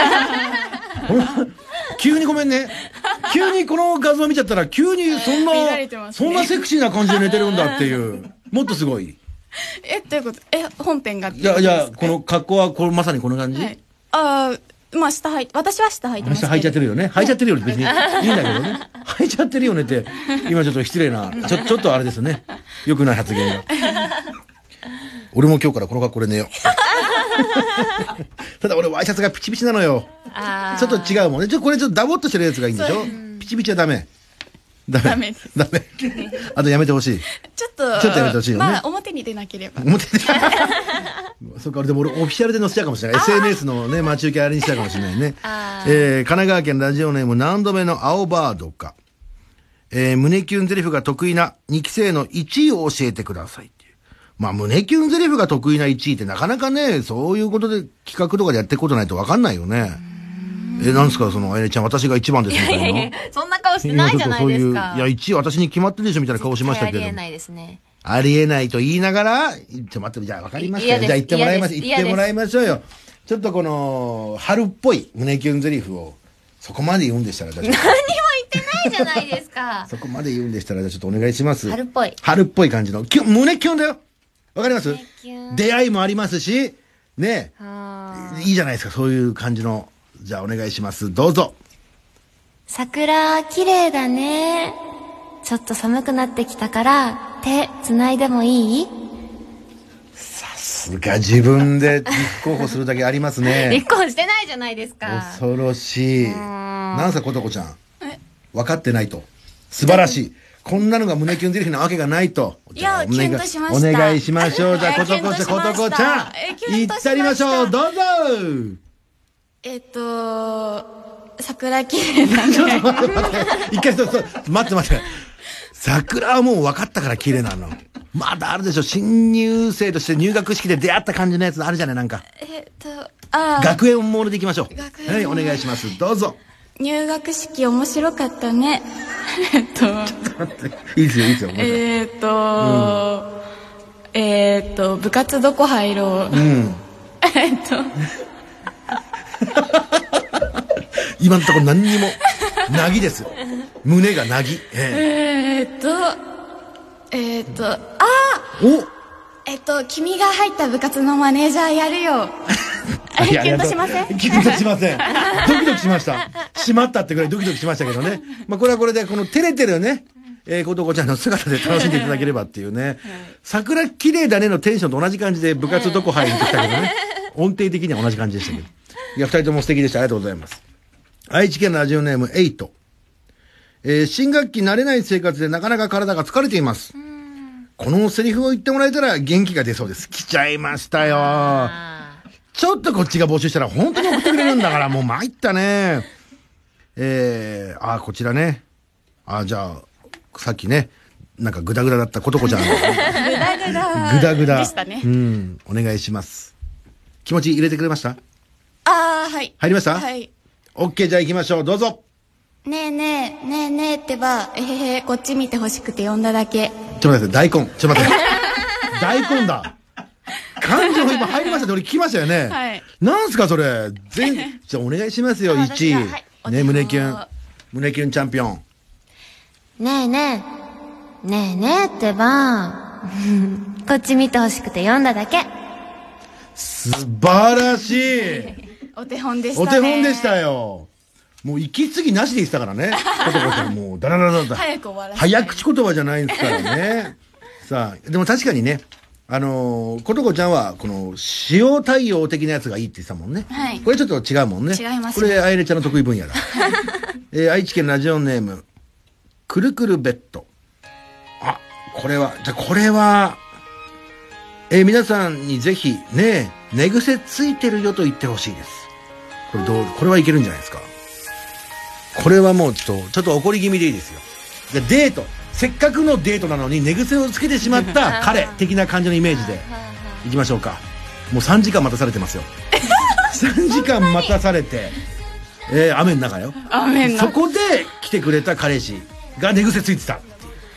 急にごめんね。急にこの画像見ちゃったら、急にそんな、ね、そんなセクシーな感じで寝てるんだっていう。もっとすごい。 え、どういうこと？え、本編が。 いやいや、この格好は、これまさにこの感じ、はい、 ああ、まあ下履いて、私は下履いてますけど。 下履いちゃってるよね。履いちゃってるよね。別にいいんだけどね。履いちゃってるよねって、今ちょっと失礼な、ちょ、ちょっとあれですね。良くない発言が。俺も今日からこの格好で寝よう。ただ俺ワイシャツがピチピチなのよ。ちょっと違うもんね。ちょ、これちょっとダボっとしてるやつがいいんでしょ？ピチピチはダメ。ダメ。ダメです。ダメ。あとやめてほしい。 ちょっと、 ちょっとやめてほしいよね。 まあ表に出なければ。 表にそっか、でも俺オフィシャルで載せちゃうかもしれない。エスエヌエス のね、待ち受けあれにしちゃうかもしれないね。えー、神奈川県ラジオネーム何度目の青バードか。えー、胸キュンゼリフが得意なにき生のいちいを教えてくださいっていう。まあ、胸キュンゼリフが得意ないちいってなかなかね、そういうことで企画とかでやっていくことないとわかんないよね。え、なんですか、その、あやねちゃん、私が一番ですみたいな。いやいやいや、 そんな顔してないじゃないですか。 いや、いちい私に決まってるでしょみたいな顔しましたけど。 ありえないですね。 ありえないと言いながら、ちょっと待って、じゃあ分かりましたよ。じゃあ言ってもらいましょう。言ってもらいましょうよ。ちょっとこの、春っぽい胸キュンゼリフを、そこまで言うんでしたら、 何も言ってないじゃないですか。 そこまで言うんでしたら、じゃあちょっとお願いします。 春っぽい。 春っぽい感じの、キュン、胸キュンだよ。わかります？出会いもありますし、ね。いいじゃないですか、そういう感じの。じゃあお願いします。どうぞ。 桜、綺麗だね。ちょっと寒くなってきたから、手、繋いでもいい？ さすが自分で立候補するだけありますね。 立候補してないじゃないですか。 恐ろしい。なんさことこちゃん。分かってないと。素晴らしい。こんなのが胸キュンゼリフなわけがないと。 いや、キュンとしました。 お願いしましょう。じゃあ、ことこちゃん、ことこちゃん。行ってやりましょう。どうぞ。 えっと、桜綺麗だね。 ちょっと待って待って。一回、そうそう、待って待って。桜はもう分かったから綺麗なの。まだあるでしょ。新入生として入学式で出会った感じのやつあるじゃない、なんか。えっと、ああ。学園モールで行きましょう。学園。はい、お願いします。どうぞ。 入学式面白かったね。えっと。ちょっと待って。いいですよ、いいですよ。 えっと、うん、えっと、部活どこ入ろう。うん。えっと。 今のところ何にも、なぎですよ。胸がなぎ。 えー、っと、えー、っと、あおえっと、君が入った部活のマネージャーやるよ。 キュンとしません？ キュンとしません。ドキドキしました。しまったってぐらいドキドキしましたけどね。まあこれはこれで、この照れてるね、えー、ことこちゃんの姿で楽しんでいただければっていうね。はい、桜綺麗だねのテンションと同じ感じで部活どこ入るってきたけどね。音程的には同じ感じでしたけど。いや、二人とも素敵でした。ありがとうございます。愛知県のラジオネームエイト。えー、新学期慣れない生活でなかなか体が疲れています。このセリフを言ってもらえたら元気が出そうです。来ちゃいましたよ。ちょっとこっちが募集したら本当に送ってくれるんだから、もう参ったね。えー、あ、こちらね。あ、じゃあ、さっきね、なんかグダグダだったことこちゃん。グダグダ。 グダグダ。 でしたね。 うん、お願いします。気持ち入れてくれました？ あー、はい。 入りました？ はい。 オッケー、じゃあ行きましょう。どうぞ。 ねえねえ、ねえねえってば、えへへ、こっち見て欲しくて呼んだだけ。 ちょっと待って、大根。ちょっと待って。大根だ。漢字も今入りましたね。俺聞きましたよね。はい。なんすかそれ。全、じゃあお願いしますよ、いちい。はい、ね、胸キュン。胸キュンチャンピオン。 ねえねえ。ねえねえってば、こっち見て欲しくて読んだだけ。 素晴らしい。 お手本でしたね。 お手本でしたよ。もう息継ぎなしで言ってたからね。ことこちゃんもうダラダラダラ。 早く終わらせ早口言葉じゃないですからね。さあ、でも確かにね、あのー、ことこちゃんは、この、塩対応的なやつがいいって言ってたもんね。はい。これちょっと違うもんね。 違いますね。 これ、あやねちゃんの得意分野だ。えー、愛知県ラジオネーム、くるくるベッド。あ、これは、じゃあこれは、えー、皆さんにぜひ、ね、寝癖ついてるよと言ってほしいです。これどう、これはいけるんじゃないですか。これはもうちょっと、ちょっと怒り気味でいいですよ。で、デート。せっかくのデートなのに寝癖をつけてしまった彼的な感じのイメージでいきましょうか。もうさんじかん待たされてますよ。さんじかん待たされて、えー、雨の中よ。雨の中。そこで来てくれた彼氏が寝癖ついてた。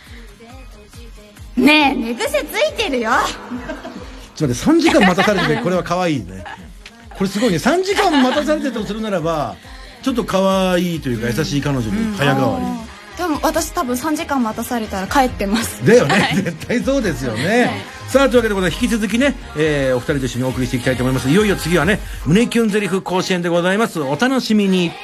ねえ、寝癖ついてるよ。ちょっと待って、さんじかん待たされてて、これは可愛いね。これすごいね。さんじかん待たされてとするならば、ちょっと可愛いというか優しい彼女に早変わり。 でも私多分さんじかん待たされたら帰ってます。 だよね。絶対そうですよね。はい、さあ、というわけでございまして、引き続きね、えー、お二人と一緒にお送りしていきたいと思います。いよいよ次はね、胸キュンゼリフ甲子園でございます。お楽しみに。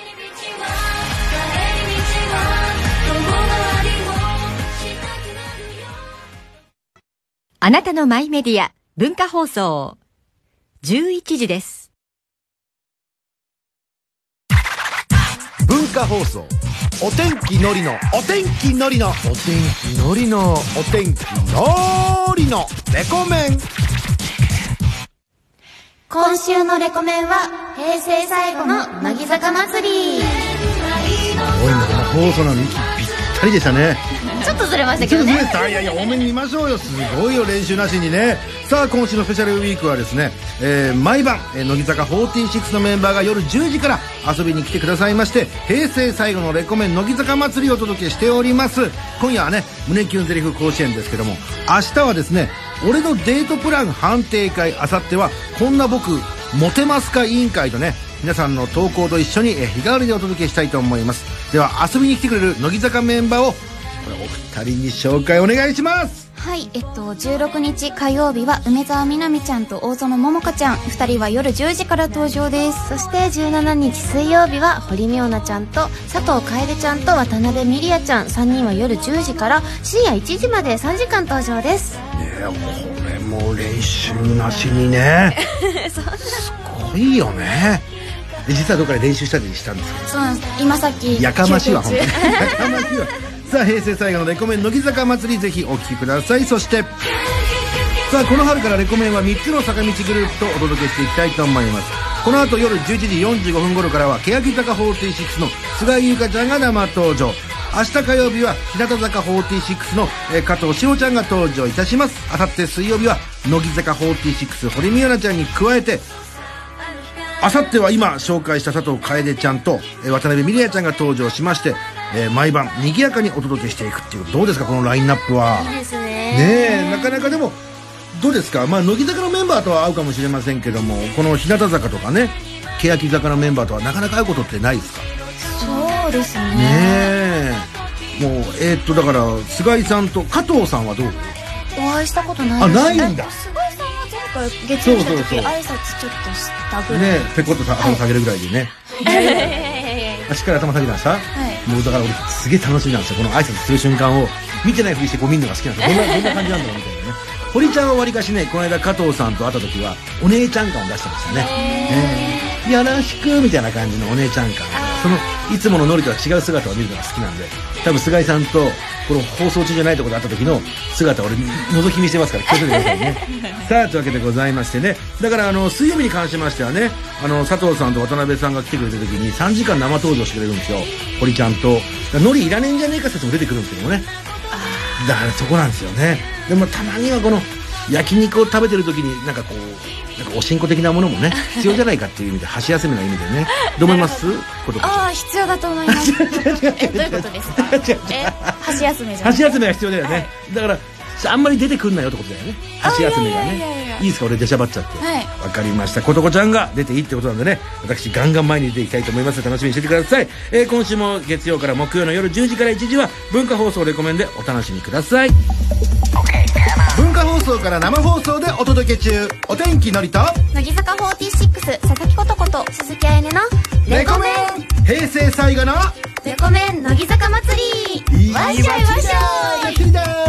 あなたのマイメディア、文化放送。じゅういちじです。 文化放送。お天気のりのお天気のりのお天気のりのお天気のりのレコメン。 今週のレコメンは平成最後の乃木坂祭り。すごいな、放送なのにぴったりでしたね。 ちょっとずれましたけどね。 いやいや、多めに見ましょうよ。すごいよ、練習なしにね。さあ、今週のスペシャルウィークはですね、えー、毎晩、えー、乃木坂フォーティーシックスのメンバーが夜じゅうじから遊びに来てくださいまして、平成最後のレコメン乃木坂祭りをお届けしております。今夜はね、胸キュンゼリフ甲子園ですけども、明日はですね、俺のデートプラン判定会、明後日はこんな僕モテますか委員会とね、皆さんの投稿と一緒に、えー、日替わりでお届けしたいと思います。では遊びに来てくれる乃木坂メンバーをこれお二人に紹介お願いします。 はい、えっとじゅうろくにち火曜日は梅澤美波ちゃんと大園桃香ちゃん、ふたりは夜じゅうじから登場です。 そしてじゅうしちにち水曜日は堀美央奈ちゃんと佐藤楓ちゃんと渡辺美里也ちゃん、さんにんは夜じゅうじから深夜いちじまでさんじかん登場です。 ねえ、これもう練習なしにねすごいよね。実はどこかで練習したりしたんですか？ そうなんです。今さっきやかましいわ本当にやかましいわ。さあ、平成最後のレコメン乃木坂祭り、ぜひお聴きください。そしてさあ、この春からレコメンはみっつの坂道グループとお届けしていきたいと思います。この後夜じゅういちじよんじゅうごふん頃からは欅坂フォーティーシックスの菅井優香ちゃんが生登場。明日火曜日は日向坂フォーティーシックスの、えー、加藤志保ちゃんが登場いたします。あさって水曜日は乃木坂フォーティーシックス堀美央奈ちゃんに加えて、あさっては今紹介した佐藤楓ちゃんと、えー、渡辺美里也ちゃんが登場しまして、えー、毎晩賑やかにお届けしていくっていう、どうですかこのラインナップは。 いいですね。 ねえ、なかなかでもどうですか、まあ乃木坂のメンバーとは合うかもしれませんけども、この日向坂とかね欅坂のメンバーとはなかなか会うことってないですか？ そうですね。 ねえ、もうえー、っとだから菅井さんと加藤さんはどう？ お会いしたことないですね。 あ、ないんだ。 菅井さんは前から月曜日の時挨拶ちょっとしたぐらいねペコッと頭下げるぐらいでね、 いやいやいやいやいやしっかり頭下げました、 はい、 もうだから俺すげえ楽しみなんですよ、この挨拶する瞬間を見てないふりしてこう見るのが好きなんですよ。どんなどんな感じなんだろうみたいなね。堀ちゃんはわりかしね、この間加藤さんと会った時はお姉ちゃん感を出してましたね。えー、よろしくみたいな感じのお姉ちゃん感、そのいつものノリとは違う姿を見るのが好きなんで、多分菅井さんとこの放送中じゃないところで会った時の姿を俺覗き見してますから気をつけてくださいね。さあというわけでございましてね、だからあの水曜日に関しましてはね、あの佐藤さんと渡辺さんが来てくれた時にさんじかん生登場してくれるんですよ、堀ちゃんと。ノリいらねえんじゃねえか説も出てくるんですけどもね、だからそこなんですよね。でもたまにはこの焼肉を食べてる時になんかこうなんかおしんこ的なものもね必要じゃないかっていう意味で箸休めの意味でね、どう思います？ ああ必要だと思います。えどういうことですか？え箸休めじゃん。 箸休めは必要だよね、はい、だからあんまり出てくんなよってことだよね、箸休めがね。いいですか、俺出しゃばっちゃって。わ、はい、かりました。ことこちゃんが出ていいってことなんでね、私ガンガン前に出ていきたいと思います。楽しみにしててください。えー、今週も月曜から木曜の夜じゅうじからいちじは文化放送レコメンでお楽しみください。文化放送から生放送でお届け中、お天気のりと乃木坂フォーティーシックス佐々木ことこと鈴木あやねのレコメン、平成最後のレコメン乃木坂祭り、わっしゃいわっしゃい。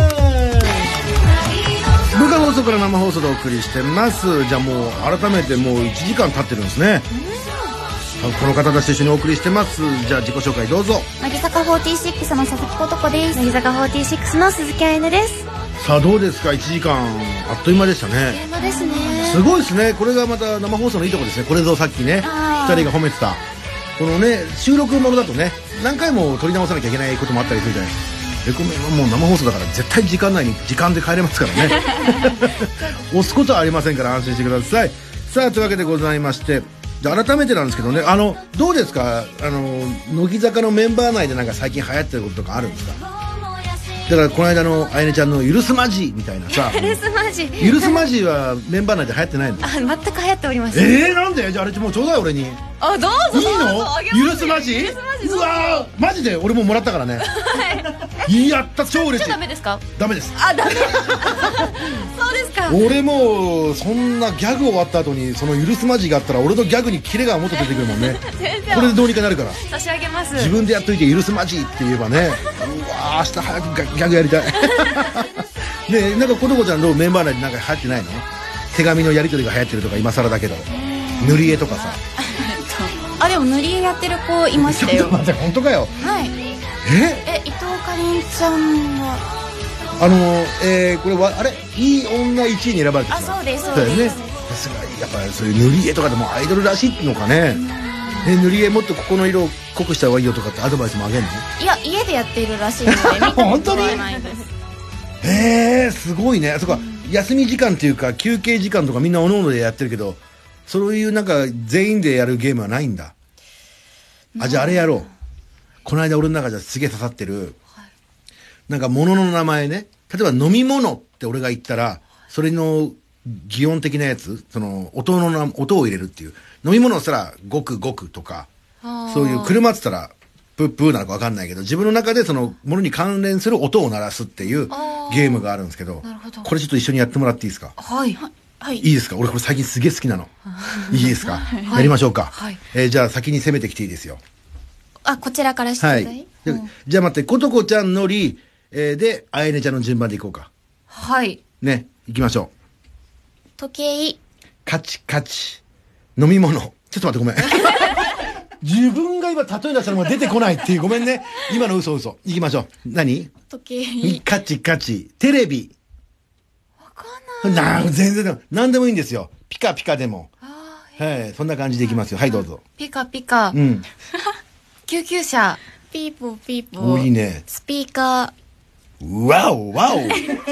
文化放送から生放送でお送りしてます。じゃあもう改めてもういちじかん経ってるんですね。この方たちと一緒にお送りしてます。じゃあ自己紹介どうぞ。 乃木坂フォーティーシックスの佐々木ことこです。乃木坂フォーティーシックスの鈴木あやねです。 さあどうですか、いちじかんあっという間でしたね。 あっという間ですね。 すごいですね。これがまた生放送のいいとこですね。これぞさっきねふたりが褒めてたこのね、収録ものだとね何回も撮り直さなきゃいけないこともあったりするじゃないですか。レコメンはもう生放送だから絶対時間内に時間で帰れますからね押すことはありませんから安心してください。さあというわけでございまして、じゃあ改めてなんですけどね、あのどうですか、あの乃木坂のメンバー内でなんか最近流行ってることとかあるんですか？だからこの間のあやねちゃんの許すまじみたいなさ許すまじ許すまじはメンバー内で流行ってないの？ あ、全く流行っておりません。 えー、なんで？じゃああれもうちょうだい俺に。 あ、どうぞ。 いいの？許すまじ？うわーマジで俺ももらったからね。やった超嬉しい。 ダメですか？ ダメです。 あ、ダメそうですか。 俺もそんなギャグ終わった後にその許すまじがあったら俺のギャグにキレがもっと出てくるもんねこれでどうにかなるから差し上げます。 自分でやっといて許すまじって言えばねうわー明日早くギャグやりたいねえ、なんかことこちゃんのメンバー内になんか流行ってないの？手紙のやり取りが流行ってるとか今更だけど塗り絵とかさあ、でも塗り絵やってる子いましたよ。 ちょっと待って、本当かよ。 はい。 ええ、伊藤かりんちゃんはあのえー、これはあれいい女いちいに選ばれてる。 あ、そうですそうです。 ですがやっぱりそういう塗り絵とかでもアイドルらしいのかね。え、塗り絵もっとここの色を濃くした方がいいよとかってアドバイスもあげるの？ いや、家でやっているらしいので見たことはないです。 えー、すごいね。そっか、休み時間っていうか休憩時間とかみんなおのおのでやってるけど、そういうなんか全員でやるゲームはないんだ。あ、じゃああれやろう。この間俺の中じゃすげえ刺さってる、はい、なんか物の名前ね。例えば飲み物って俺が言ったらそれの擬音的なやつ、その音のな音を入れるっていう。飲み物をしたらごくごくとか、そういう車って言ったらプップーなのか分かんないけど、自分の中でそのものに関連する音を鳴らすっていうゲームがあるんですけど、どこれちょっと一緒にやってもらっていいですか？ はい、はい、 いいですか？俺これ最近すげえ好きなのいいですか？はい、やりましょうか、はい、えー、じゃあ先に攻めてきていいですよ。 あ、こちらからしてください。はい、 うん、じゃあ待って、ことこちゃんのり、えー、であやねちゃんの順番でいこうか。 はいね、行きましょう。 時計、 カチカチ、飲み物。ちょっと待ってごめん自分が今例え出したのが出てこないっていう、ごめんね。今の嘘嘘。行きましょう。何？ 時計、 カチカチ、テレビ。 わかんない。 な全然何でもいいんですよ。ピカピカでも。はい、そんな感じでいきますよ。はい、どうぞ。 ピカピカ。 うん。 救急車、ピーポーピーポー。 おいいね。 スピーカー。わおわお。ら、ちょっ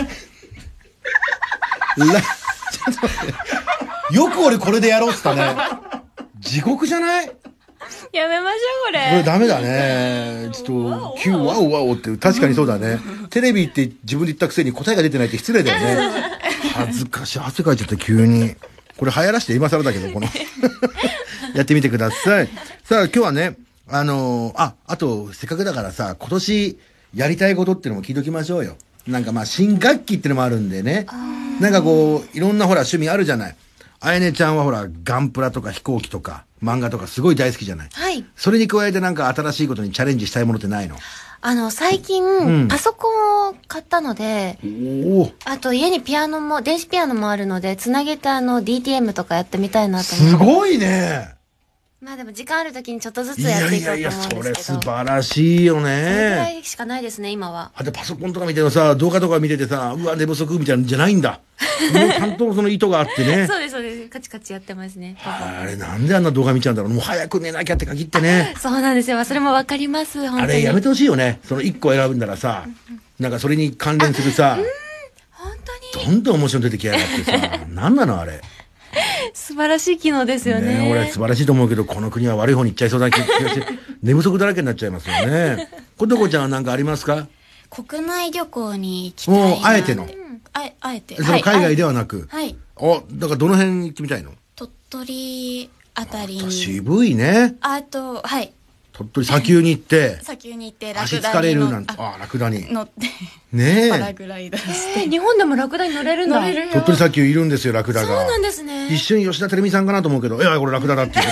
と待って。よく俺これでやろうっつったね。地獄じゃない？ やめましょうこれ。 これダメだね。ちょっと、キューワオワオって、確かにそうだね。テレビって自分で言ったくせに答えが出てないって失礼だよね。恥ずかしい。汗かいちゃった急に。これ流行らして今更だけど、この。やってみてください。さあ今日はね、あのー、あ、あと、せっかくだからさ、今年やりたいことっていうのも聞いときましょうよ。 なんかまあ新学期ってのもあるんでね。なんかこう、いろんなほら趣味あるじゃない。あやねちゃんはほら、ガンプラとか飛行機とか、漫画とかすごい大好きじゃない。 はい。 それに加えてなんか新しいことにチャレンジしたいものってないの？ あの、最近、うん、パソコンを買ったので、おあと家にピアノも、電子ピアノもあるので、つなげてあの、ディーティーエム とかやってみたいなと思って。 すごいね。 まあでも時間ある時にちょっとずつやっていこうと思うんですけど。いやいやいや、それ素晴らしいよね。それぐらいしかないですね、今は。 あとパソコンとか見てるさ、動画とか見ててさ、うわ、寝不足みたいなんじゃないんだ。もうちゃんとその意図があってね。 そうです、そうです。カチカチやってますね。 あれ、なんであんな動画見ちゃうんだろう。もう早く寝なきゃって限ってね。 そうなんですよ。それもわかります、本当に。 あれ、やめてほしいよね。その一個選ぶんだらさ、なんかそれに関連するさ、 本当に。 どんどん面白いの出てきやがってさ、なんなのあれ。 素晴らしい機能ですよね。 ね、俺素晴らしいと思うけど、この国は悪い方に行っちゃいそうな気がして、寝不足だらけになっちゃいますよね。ことこちゃんは何かありますか？ 国内旅行に行きたいな。 もう、あえての。 あえ、あえて。 その海外ではなく。 はい。 あ、だからどの辺に行ってみたいの？ 鳥取あたりに。 渋いね。 あと、はい。 鳥取砂丘に行って。 砂丘に行って、 足疲れるなんて。あ、ラクダに。 乗って。 ねえ。 パラグライダーして。 日本でもラクダに乗れるんだ。 乗れるよ。 鳥取砂丘いるんですよ、ラクダが。 そうなんですね。 一瞬吉田照美さんかなと思うけど、いや、これラクダだっていう、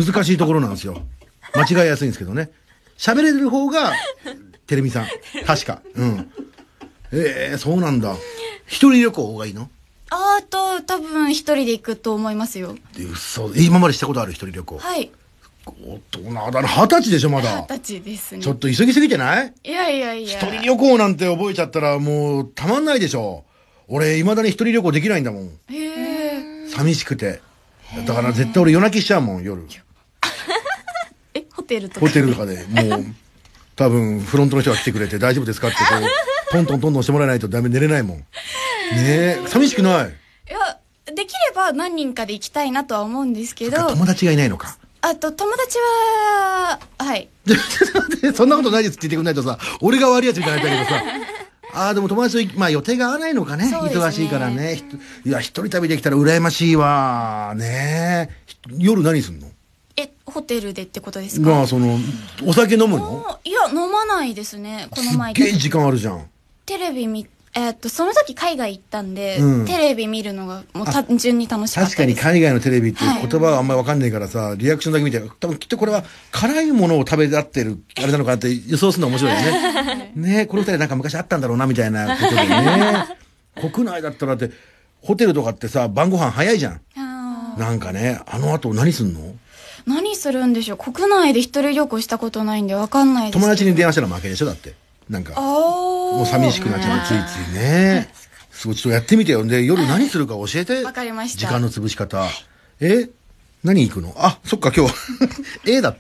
難しいところなんですよ。間違いやすいんですけどね。喋れる方が、照美さん。確か。うん。ええー、そうなんだ。一人旅行がいいの？ あーと、多分一人で行くと思いますよ。 嘘。今までしたことある一人旅行？ はい。 大人だな。二十歳でしょ、まだ。 二十歳ですね。 ちょっと急ぎすぎてない？ いやいやいや。 一人旅行なんて覚えちゃったらもうたまんないでしょ。俺、未だに一人旅行できないんだもん。 へえ。 寂しくて。だから絶対俺夜泣きしちゃうもん、夜。 え、ホテルとか？ ホテルとかで、もう、多分フロントの人が来てくれて大丈夫ですかってこう、トントントントンしてもらえないとダメ、寝れないもん。ねえ、寂しくない？ いや、できれば何人かで行きたいなとは思うんですけど。 友達がいないのか。 あと、友達は、はい。 そんなことないですって言ってくんないとさ、俺が悪いやつみたいになったけどさ。ああ、でも友達と、まあ予定が合わないのかね。ね、忙しいからね。いや、一人旅できたら羨ましいわ。ねえ。夜何すんの？ え、ホテルでってことですか？ まあ、その、お酒飲むの？ いや、飲まないですね。この前。 すっげえ時間あるじゃん。 テレビ見、えー、っと、その時海外行ったんで、うん、テレビ見るのがもう単純に楽しかったです。 確かに海外のテレビって言葉はあんまりわかんないからさ、はい、リアクションだけ見て、多分きっとこれは辛いものを食べ合ってる、あれなのかなって予想するの面白いよね。ねこの二人なんか昔あったんだろうな、みたいなことでね。国内だったらって、ホテルとかってさ、晩ご飯早いじゃん。なんかね、あの後何すんの？ 何するんでしょう。国内で一人旅行したことないんでわかんないです。 友達に電話したら負けでしょ、だって。なんか、もう寂しくなっちゃう、ついついね。すごい、ちょっとやってみてよ。で、夜何するか教えて。 わかりました。 時間の潰し方。え何行くの？あ、そっか、今日。A だって。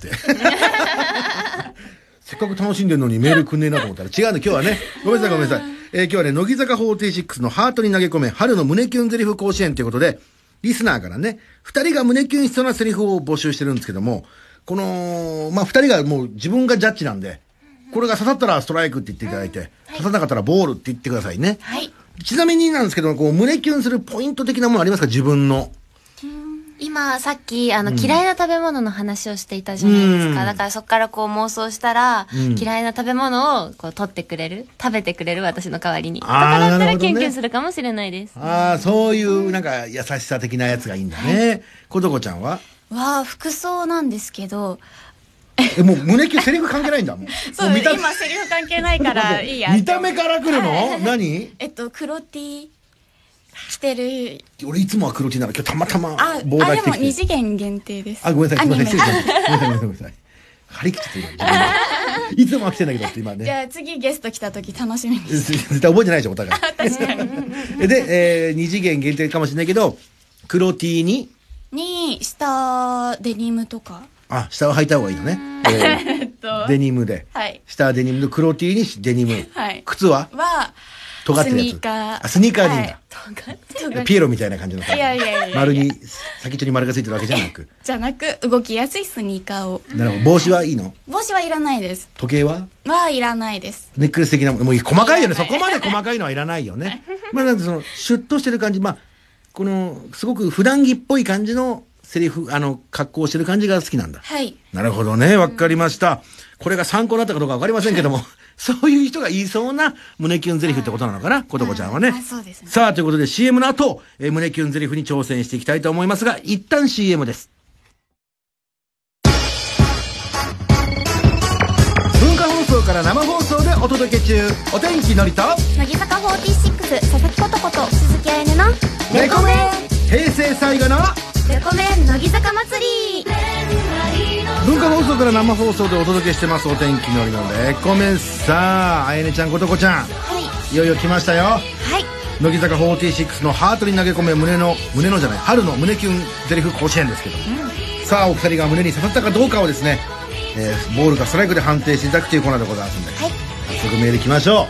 せっかく楽しんでるのにメールくんねえなと思ったら違うの、今日はね。ごめんなさい、ごめんなさい。えー、今日はね、乃木坂フォーティーシックスのハートに投げ込め、春の胸キュンゼリフ甲子園ということで、リスナーからね、二人が胸キュンしそうなセリフを募集してるんですけども、この、まあ、二人がもう自分がジャッジなんで、これが刺さったらストライクって言っていただいて、うんはい、刺さなかったらボールって言ってくださいね。はい。ちなみになんですけど、こう、胸キュンするポイント的なものありますか？自分の。 今、さっき、あの、うん、嫌いな食べ物の話をしていたじゃないですか。うん、だからそこからこう妄想したら、うん、嫌いな食べ物をこう取ってくれる、食べてくれる私の代わりに。とかだったらキュンキュンするかもしれないです。 ああ、そういう、なんか、優しさ的なやつがいいんだね。はい、ことこちゃんは？ わあ、服装なんですけど、 え、もう胸キュンセリフ関係ないんだもん。 そう、もう今セリフ関係ないからいいや。 見た目から来るの？何？ えっと、黒 T 着てる。 俺いつもは黒 T なの。今日たまたまボーダー着てきて。あ、あ、でも二次元限定です。 あ、ごめんなさい、ごめんなさい。ごめんなさい、ごめんなさい。張り切っちゃって今。いつもは来てんだけどって今ね。 じゃあ次ゲスト来た時楽しみにして。 絶対覚えてないでしょ、お互い。 確かに。 で、えー、二次元限定かもしれないけど、黒 T にに、下、デニムとか。 あ、下は履いた方がいいのね。えー、デニムで。はい。下はデニムの黒 T にデニム。はい。靴はは、 尖ってるやつ。 スニーカー。 あ、スニーカーでいいんだ。 はい、 ピエロみたいな感じのさ。 いやいやいや。 丸に、先っちょに丸がついてるわけじゃなく。 じゃなく、動きやすいスニーカーを。 なるほど。帽子はいいの？ 帽子はいらないです。 時計は？ はいらないです。 ネックレス的なもの、もう細かいよね。そこまで細かいのはいらないよね。まあなんかその、シュッとしてる感じ。まあ、この、すごく普段着っぽい感じのセリフ、あの、格好してる感じが好きなんだ。 はい。 なるほどね。わかりました。これが参考になったかどうかわかりませんけども、そういう人が言いそうな胸キュンゼリフってことなのかな、ことこちゃんはね。 そうですね。 さあ、ということで シーエム の後、えー、胸キュンゼリフに挑戦していきたいと思いますが、一旦 シーエム です。文化放送から生放送でお届け中、お天気のりと乃木坂フォーティーシックス佐々木ことこと鈴木彩音のレコメン、平成最後のレコメン乃木坂祭り。 文化放送から生放送でお届けしてますお天気のりのレコメン。さあ、あやねちゃんことこちゃん、はい、いよいよ来ましたよ。はい、乃木坂フォーティーシックスのハートに投げ込め胸の胸のじゃない春の胸キュンゼリフ甲子園ですけど、うん、さあお二人が胸に刺さったかどうかをですね、えー、ボールかストライクで判定していただくというコーナーでございますんで、はい、早速メールいきましょう。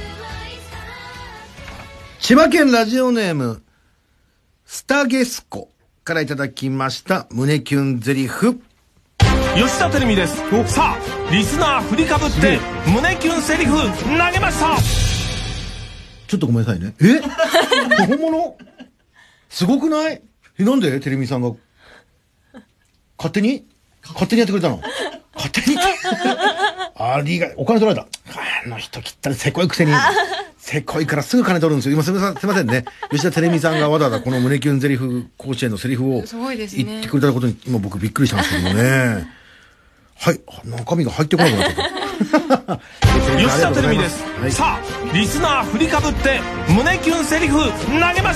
千葉県ラジオネームスタゲスコからいただきました胸キュンゼリフ。 吉田照美です。さあリスナー振りかぶって胸キュンセリフ投げました。 ちょっとごめんなさいね。え本物すごくない？え、なんで照美さんが勝手に勝手にやってくれたの？勝手にありがお金取られた。あの人きったりせこいくせにせこいからすぐ金取るんですよ。今すみません、すみませんね。吉田照美さんがわざわざこの胸キュンゼリフ甲子園のセリフを言ってくれたことに今僕びっくりしたんですけどもね。はい、中身が入ってこなくなっちゃった。 吉田照美です、はい、さあリスナー振りかぶって胸キュンセリフ投げました。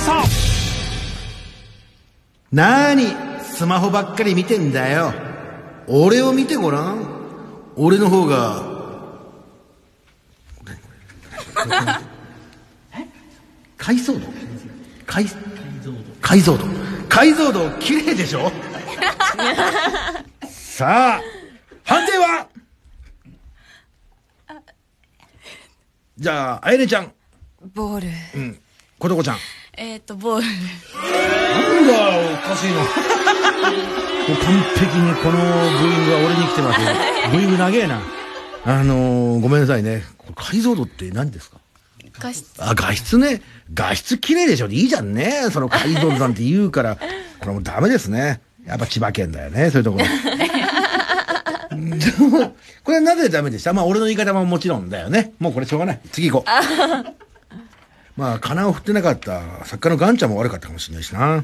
なーにスマホばっかり見てんだよ。俺を見てごらん。俺の方が解像度解解像度解像度綺麗でしょ。さあ判定はじゃああやねちゃんボール。 うん、ことこちゃんえっとボール。 なんだおかしいの。もう完璧にこのブーイングは俺に来てますよ。ブーイング長えな。あのー、ごめんなさいね。解像度って何ですか？ 画質。 あ、画質ね。画質綺麗でしょ。いいじゃんね。その解像度なんて言うから。これもうダメですね。やっぱ千葉県だよね。そういうところ。これはなぜダメでした？まあ俺の言い方ももちろんだよね。もうこれしょうがない。次行こう。まあ、金を振ってなかった作家のガンちゃんも悪かったかもしれないしな。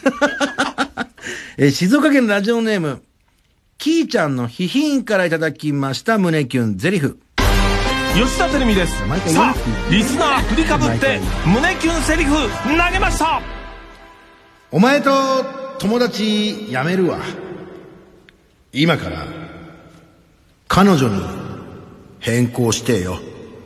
えー、静岡県ラジオネーム、キーちゃんのヒヒンからいただきました胸キュンゼリフ。 吉田照美です。さあ、リスナー振りかぶって胸キュンセリフ投げました。 お前と友達やめるわ。今から彼女に変更してよ。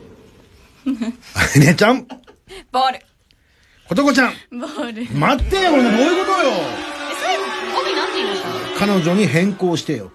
あねちゃんボール。 ことこちゃんボール。 待ってよ、これどういうことよ。 え、最後語尾なんて言いました？ 彼女に変更してよ。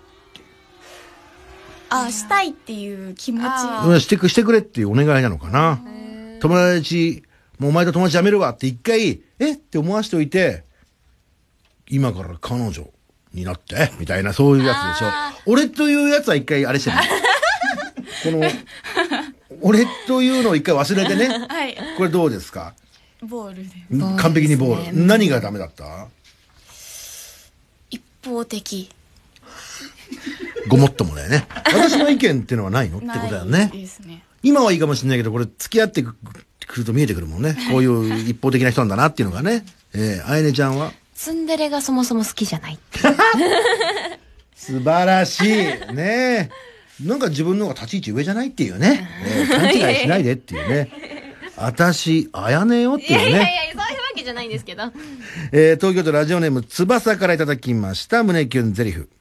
あ、したいっていう気持ち。 してく、してくれっていうお願いなのかな。友達、もうお前と友達やめるわって一回、えって思わしておいて、今から彼女になって、みたいなそういうやつでしょ。俺というやつは一回あれしてる。この、俺というのを一回忘れてね。はい。これどうですか？ ボールで。 完璧にボール。ね、何がダメだった？ 一方的。 ごもっともだよね。私の意見ってのはないのってことだよね。いいですね。今はいいかもしれないけど、これ付き合ってくると見えてくるもんね。こういう一方的な人なんだなっていうのがね。えー、あやねちゃんはツンデレがそもそも好きじゃない。 素晴らしい。ねえ。なんか自分の方が立ち位置上じゃないっていうね。えー、勘違いしないでっていうね。あたし、あやねよっていうね。いやいやいや、そういうわけじゃないんですけど。 えー、東京都ラジオネーム、翼からいただきました、胸キュンゼリフ。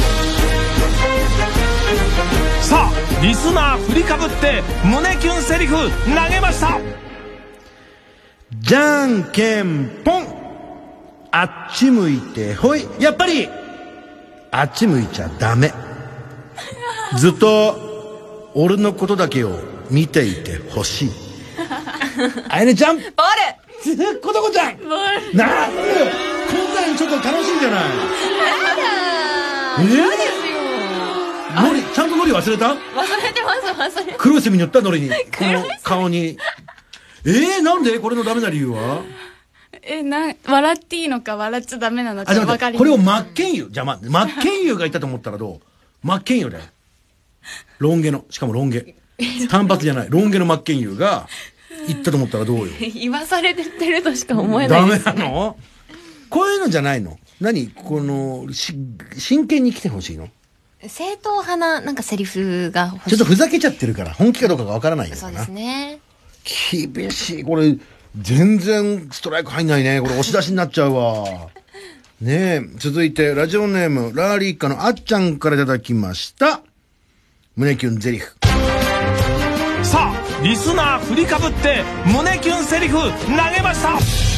さあ、リスナー振りかぶって、胸キュンセリフ投げました。 じゃんけんぽん。あっち向いてほい。やっぱり、あっち向いちゃダメ。ずっと俺のことだけを見ていてほしい。あやねちゃんボールことこちゃんボールなんでこんなにちょっと楽しいんじゃない。 えー、嫌ですよ。 ノリちゃんとノリ忘れた？ 忘れてます忘れて黒い墨塗ったノリにこの顔に。えー、なんでこれのダメな理由は？ え、な、笑っていいのか笑っちゃダメなのかあ、じゃあ分かりこれを真剣佑。じゃあ、ま、真剣佑が言ったと思ったらどう？真剣佑だよ。ロン毛の、しかもロン毛。単発じゃない。ロン毛の真剣佑が言ったと思ったらどうよ。 言わされてるとしか思えないです、ね。 ダメなの？こういうのじゃないの？何この、し、真剣に来てほしいの？ 正統派な、なんかセリフが欲しい。 ちょっとふざけちゃってるから、本気かどうかがわからないよ。 そうですね。 厳しい。これ、全然ストライク入んないね。これ押し出しになっちゃうわ。ねえ。続いて、ラジオネーム、ラーリーカのあっちゃんからいただきました。胸キュンゼリフ。 さあ、リスナー振りかぶって、胸キュンセリフ投げました。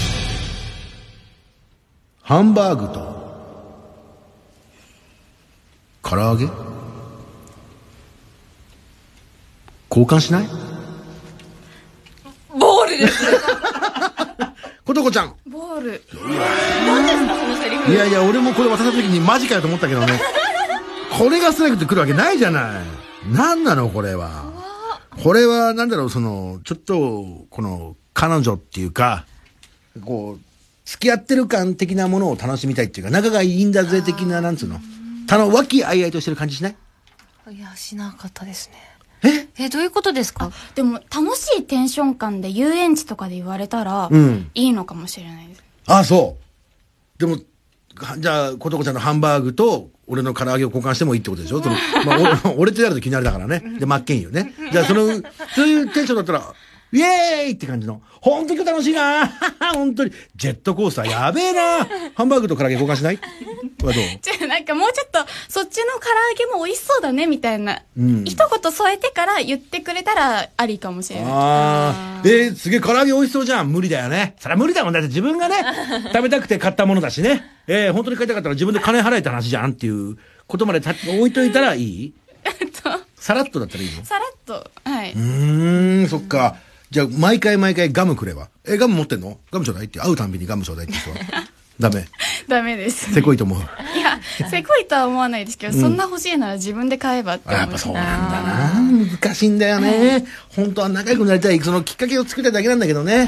ハンバーグと、唐揚げ交換しない？ ボールです。 ことこちゃん。 ボール。 何ですかそのセリフ。 いやいや、俺もこれ渡した時にマジかよと思ったけどね。これがストライクって来るわけないじゃない。なんなのこれは。これはなんだろう、その、ちょっと、この、彼女っていうか、こう、付き合ってる感的なものを楽しみたいっていうか、仲がいいんだぜ的な、なんつうの。たの、和気あいあいとしてる感じしない？ いや、しなかったですね。 ええ、どういうことですか？ でも、楽しいテンション感で遊園地とかで言われたら、 うん、 いいのかもしれないです。 ああ、そう。でも、じゃあ、ことこちゃんのハンバーグと、俺の唐揚げを交換してもいいってことでしょ？その、まあ、俺、俺とやると気になるだからね。で、真っ健よね。じゃあ、その、そういうテンションだったら、イエーイって感じの。ほんとに楽しいな本当に。ジェットコースターやべえなハンバーグと唐揚げ交換しない？これはどう？ じゃあなんかもうちょっと、そっちの唐揚げも美味しそうだね、みたいな。 うん、 一言添えてから言ってくれたらありかもしれない。 ああ。えー、すげえ唐揚げ美味しそうじゃん。無理だよね。そりゃ無理だもん。だって自分がね、食べたくて買ったものだしね。えー、本当に買いたかったら自分で金払えた話じゃんっていうことまでた置いといたらいい？さらっとだったらいいの？ さらっと。はい。 うーん、そっか。じゃあ、毎回毎回ガムくれば。え、ガム持ってんの？ガムちょうだいって。会うたんびにガムちょうだいって人は。ダメ。 ダメです。 せこいと思う。 いや、せこいとは思わないですけど、うん、そんな欲しいなら自分で買えばって思う。 やっぱそうなんだな。難しいんだよね。本当は仲良くなりたい。そのきっかけを作りたいだけなんだけどね。ね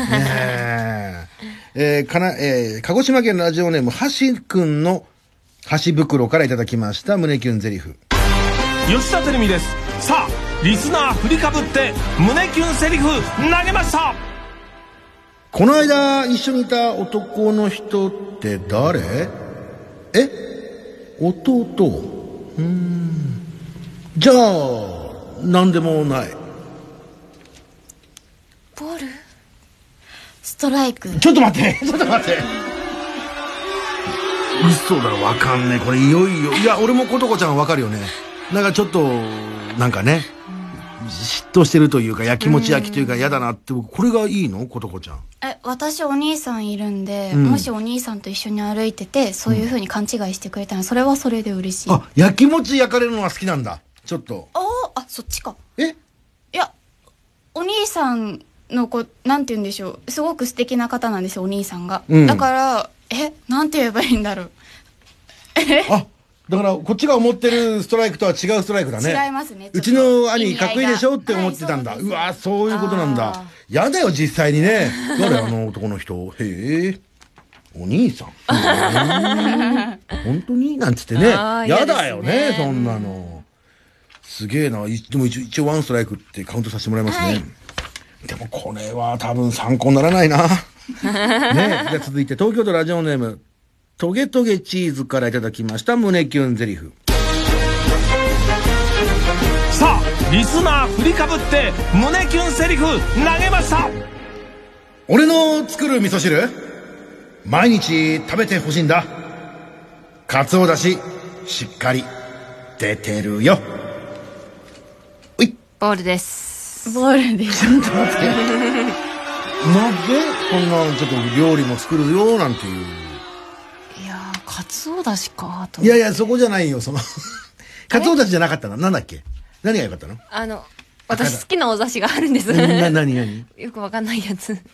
え。えー、かな、えー、鹿児島県ラジオネーム、はしくんの箸袋からいただきました。胸キュンゼリフ。 吉田照美です。さあ、リスナー振りかぶって胸キュンセリフ投げました。 この間一緒にいた男の人って誰？え？弟？うーん。じゃあ何でもない。 ボール？ストライク。 ちょっと待ってちょっと待って嘘だろ、わかんねえ。これいよいよ。いや、俺もことこちゃんわかるよね。なんかちょっとなんかね、嫉妬してるというか、やきもち焼きというか嫌だなって。これがいいの？ことこちゃん。 え、私お兄さんいるんで、うん、もしお兄さんと一緒に歩いててそういう風に勘違いしてくれたら、それはそれで嬉しい。 あ、やきもち焼かれるのが好きなんだ。ちょっと。 ああ、そっちか。 え？ いや、お兄さんのこう、なんて言うんでしょう、すごく素敵な方なんですよ、お兄さんが。うん、だからえ、なんて言えばいいんだろう。え？あ、 だからこっちが思ってるストライクとは違うストライクだね。 違いますね。 うちの兄かっこいいでしょって思ってたんだ。はい、う, うわ、そういうことなんだ。やだよ実際にね。誰あの男の人。へえ、お兄さん。本当になんつってね。やだよね、そんなの。すげえな。でも一応ワンストライクってカウントさせてもらいますね。はい、でもこれは多分参考にならないな。ね。じゃあ続いて東京都ラジオネームトゲトゲチーズからいただきました胸キュンゼリフ。 さあ、リスナー振りかぶって胸キュンセリフ投げました。 俺の作る味噌汁毎日食べてほしいんだ。かつおだししっかり出てるよ。 うい、ボールです。 ボールです。 ちょっと待ってなんでこんなちょっと料理も作るよなんていう。 いやー、かつおだしかと。 いやいや、そこじゃないよ。そのかつおだしじゃなかったの。なんだっけ、何が良かったの？ あの、私好きなお出汁があるんです。 な、なになによくわかんないやつ。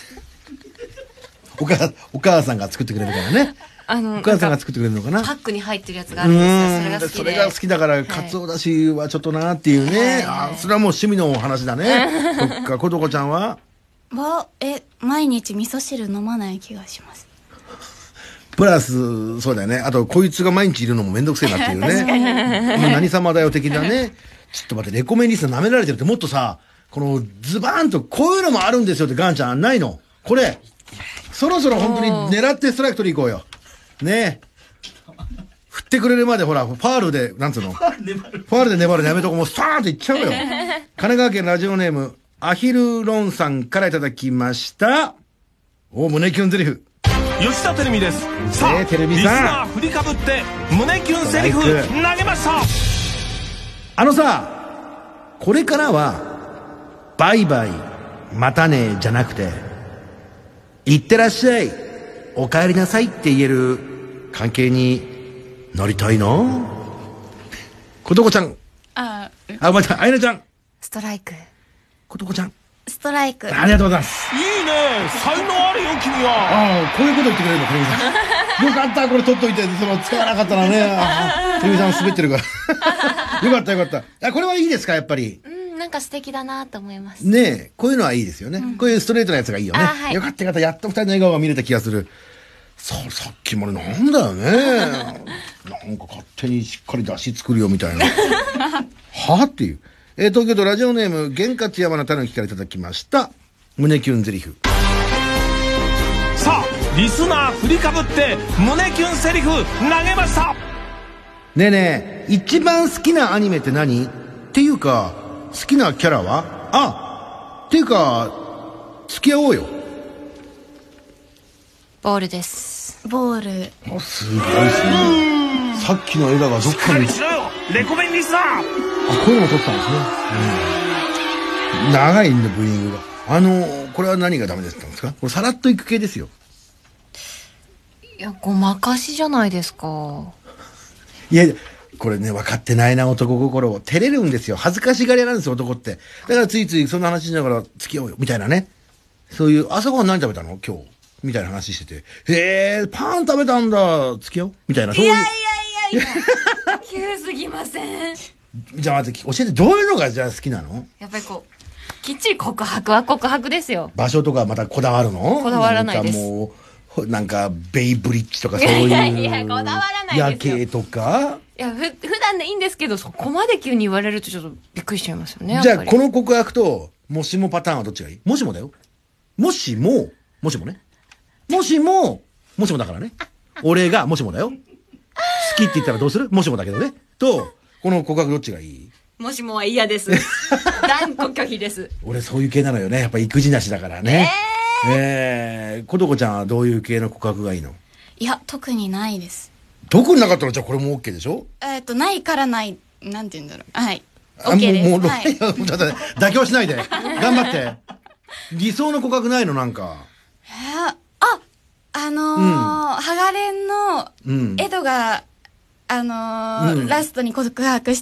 お母、お母さんが作ってくれるからね。あの、お母さんが作ってくれるのかな。 パックに入ってるやつがあるんですよ。それが好きで。 それが好きだから、かつおだしはちょっとなーっていうね。はい、あ、それはもう趣味のお話だね。そっか、ことこちゃんはは、え、毎日味噌汁飲まない気がします。 プラス、そうだよね。あと、こいつが毎日いるのもめんどくせえなっていうね。もう何様だよ的なね。ちょっと待って、レコメンリスト舐められてるって、もっとさ、このズバーンとこういうのもあるんですよってガンちゃんないのこれ。そろそろ本当に狙ってストライク取り行こうよ。ねえ。振ってくれるまでほら、ファールで、なんつうのファールで粘るのやめとこもうスターンといっちゃうよ。神奈川県ラジオネーム、アヒルロンさんからいただきました。お、胸キュンゼリフ。 吉田照美です。さあ、 えー、テレビさんリスナー振りかぶって胸キュンセリフ投げました。 あのさ、これからはバイバイまたねじゃなくて、いってらっしゃいお帰りなさいって言える関係になりたいの。ことこちゃん。 ああ、お前ちゃん、あいなちゃん。 ストライク。 ことこちゃん。 ストライク。 ありがとうございます。 いいね、才能あるよ君は。 ああ、こういうこと言ってくれるの、テレビさん。よかった、これ取っといて、その、使わなかったらね。テレビさん滑ってるから。よかった、よかった。あ、これはいいですか、やっぱり。 うん、なんか素敵だなと思います。 ねえ、こういうのはいいですよね。うん、こういうストレートなやつがいいよね。はい、よかったよかった、やっと二人の笑顔が見れた気がする。さ、さっきまでなんだよね。なんか勝手にしっかり出汁作るよみたいな。はっていう。えー、東京都ラジオネーム、玄勝山のたぬきからいただきました。胸キュンゼリフ。 さあ、リスナー振りかぶって胸キュンセリフ投げました。 ねえねえ、一番好きなアニメって何？っていうか、好きなキャラは？あ、っていうか、付き合おうよ。 ボールです。 ボール。 あ、すごいすごい。さっきの枝がどっかに。 しっかりしろよ、レコメンリスナー。 あ、こういうのも撮ったんですね。うん、長いんだ、ブーイングが。あの、これは何がダメだったんですか？これさらっといく系ですよ。 いや、ごまかしじゃないですか。 いや、これね、分かってないな、男心を。照れるんですよ。恥ずかしがり屋なんですよ、男って。だからついついそんな話しながら付き合おうよ、みたいなね。そういう、朝ごはん何食べたの今日。みたいな話してて。へえ、パン食べたんだ、付き合おうみたいな。そういう。いやいやいやいや。急すぎません。 じゃあまず教えて、どういうのがじゃあ好きなの？ やっぱりこう、きっちり告白は告白ですよ。 場所とかまたこだわるの？ こだわらないです。 なんかもう、なんか、ベイブリッジとかそういう。いやいや、こだわらないですよ。 夜景とか。 いや、ふ、普段でいいんですけど、そこまで急に言われるとちょっとびっくりしちゃいますよね。 じゃあ、この告白と、もしもパターンはどっちがいい？もしもだよ。もしも、もしもね。もしも、もしもだからね。俺が、もしもだよ。好きって言ったらどうする？もしもだけどね。と、この告白どっちがいい？ もしもは嫌です。断固拒否です。 俺そういう系なのよね。やっぱ育児なしだからね。えー、えー、ことこちゃんはどういう系の告白がいいの？ いや、特にないです。 特になかったらじゃあこれも OK でしょ？ えっと、ないからない、なんて言うんだろう。はい。OK です。 もう、もう、 はい、 だって妥協しないで。頑張って。理想の告白ないのなんか。 えー、あ、あのー、うん、ハガレンの、エドが、あのーうん、ラストに告白した、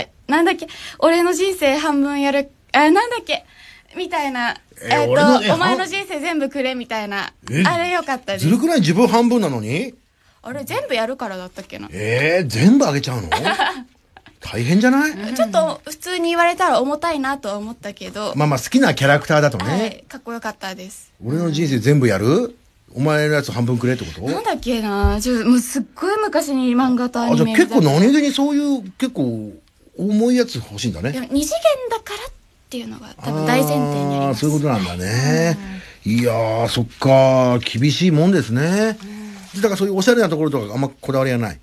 なんだっけ、俺の人生半分やる、あ、なんだっけ、みたいな、えー、っと、お前の人生全部くれみたいな、あれよかったです。 ずるくない？自分半分なのに？ あれ全部やるからだったっけな。 えー、全部あげちゃうの？大変じゃない？ ちょっと普通に言われたら重たいなとは思ったけど。 まあまあ好きなキャラクターだとね。はい、 かっこよかったです。 俺の人生全部やる？お前のやつ半分くれってこと？ なんだっけな、ちょもうすっごい昔に漫画とアニメ。 あ、じゃあ結構何気にそういう結構重いやつ欲しいんだね。 いや、二次元だからっていうのが多分大前提にあります。 そういうことなんだね。いやー、そっか、厳しいもんですね。だからそういうおしゃれなところとかあんまこだわりはない？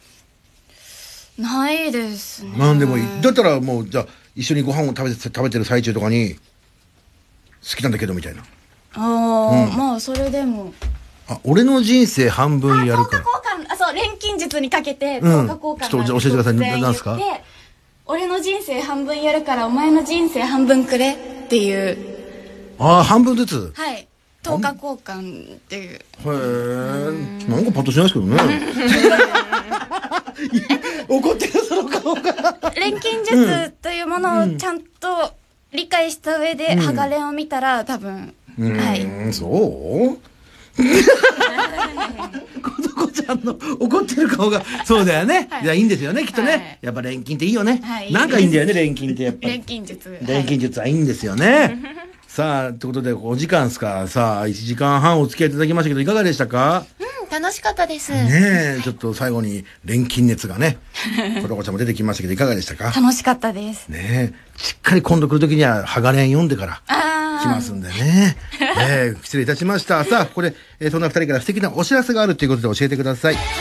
ないですね。 なんでもいい。だったらもう、じゃあ一緒にご飯を食べて、食べてる最中とかに好きなんだけどみたいな。 ああ、うん、まあそれでも。 あ、俺の人生半分やるから。 効果交換、あ、そう、錬金術にかけて、効果交換、うん。 ちょっと教えてください。何ですか？ 俺の人生半分やるから、お前の人生半分くれっていう。 ああ、半分ずつ？ はい。等価交換っていう。へえ。なんかパッとしないですけどね。怒ってるその顔が。 錬金術というものをちゃんと理解した上で、ハガレンを見たら多分、 はい。そう？ことこちゃんの怒ってる顔がそうだよね。じゃあいいんですよね、きっとね。やっぱ錬金っていいよね。なんかいいんだよね、錬金ってやっぱり。 錬金術。 錬金術はいいんですよね。ささあ、ということで、お時間ですか。さあ、いちじかんはんお付き合いいただきましたけど、いかがでしたか？ うん、楽しかったです。 ねえ、ちょっと最後に錬金熱がね、コトコちゃんも出てきましたけど、いかがでしたか？ 楽しかったです。 ねえ、しっかり今度来るときには、ハガレン読んでから来ますんでね。えー、失礼いたしました。さあ、ここで、えー、そんな二人から素敵なお知らせがあるということで教えてください。はい。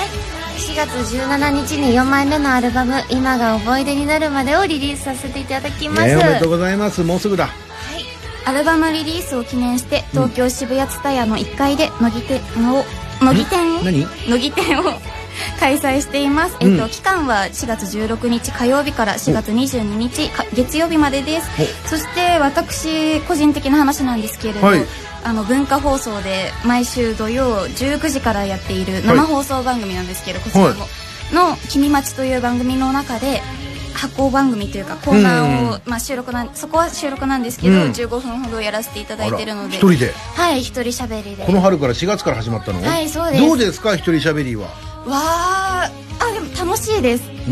しがつじゅうしちにちによんまいめのアルバム、今が思い出になるまでをリリースさせていただきます。 ね、おめでとうございます。もうすぐだ。 アルバムリリースを記念して東京渋谷ツタヤのいっかいで乃木店を乃木店を乃木店を開催しています。えっと期間はしがつじゅうろくにち火曜日からしがつにじゅうににち月曜日までです。そして私個人的な話なんですけれど、はい、あの文化放送で毎週土曜じゅうくじからやっている生放送番組なんですけど、はい、こちらも、はい、の「君待ち」という番組の中で発行番組というかコーナーを、うん、まあ収録なんそこは収録なんですけど、うん、じゅうごふんほどやらせていただいてるので、 一人で、 はい一人喋りで。 この春からしがつから始まったの？ はい、そうです。 どうですか一人喋りは？ わあ、あでも楽しいです。うん、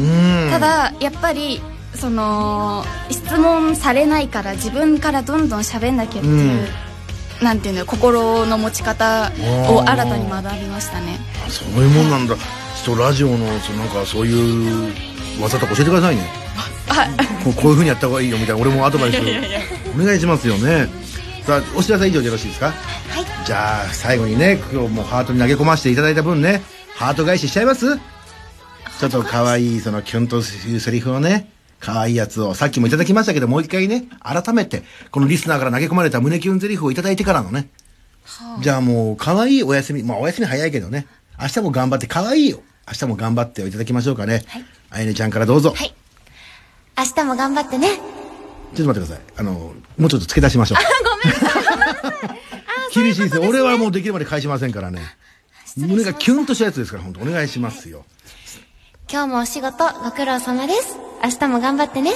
ただやっぱりその質問されないから自分からどんどん喋んなきゃっていう、うん、なんていうの心の持ち方を新たに学びましたね。 そういうもんなんだ。ちょっとラジオのそのなんかそういう技とか教えてくださいね。こうこういう風にやった方がいいよみたいな俺もアドバイスお願いしますよね。さあお知らせ以上でよろしいですか？はい。じゃあ最後にね今日もハートに投げ込ませていただいた分ねハート返ししちゃいます？ちょっと可愛いそのキュンというセリフをね可愛いやつをさっきもいただきましたけどもう一回ね改めてこのリスナーから投げ込まれた胸キュンセリフをいただいてからのね、はあ、じゃあもう可愛いお休みまあお休み早いけどね明日も頑張って可愛いよ明日も頑張ってをいただきましょうかね。はい。あいねちゃんからどうぞ。はい。 明日も頑張ってね。 ちょっと待ってください。あの、もうちょっと付け出しましょう。 あ、ごめんなさい。 厳しいですよ。俺はもうできるまで返しませんからね。胸がキュンとしたやつですから、本当お願いしますよ。 今日もお仕事ご苦労様です。明日も頑張ってね。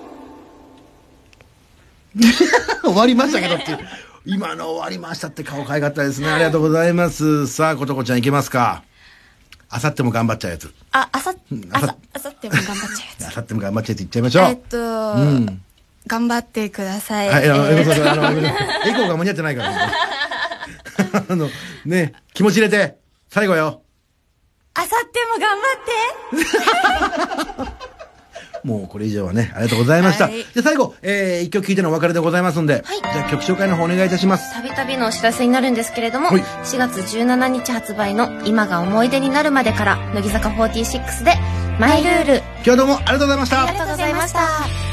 終わりましたけどっていう。今の終わりましたって顔可愛かったですね。ありがとうございます。さあ、ことこちゃんいけますか？あさっても頑張っちゃうやつ。 あ、あさ、あさ、あさっても頑張っちゃうやつ。 あさっても頑張っちゃうやつ言っちゃいましょう。えっと、うん、 頑張ってください。 はい、あの、えー、あの、エコーが間に合ってないからね。あの、ね、気持ち入れて、最後よ。 あさっても頑張って。 もうこれ以上はね、ありがとうございました。はい、じゃ最後、えー、一曲聴いてのお別れでございますんで、はい、じゃあ曲紹介の方お願いいたします。 たびたびのお知らせになるんですけれども、はい、しがつじゅうしちにち発売の今が思い出になるまでから、乃木坂フォーティーシックスでマイルール。 今日どうもありがとうございました。 ありがとうございました。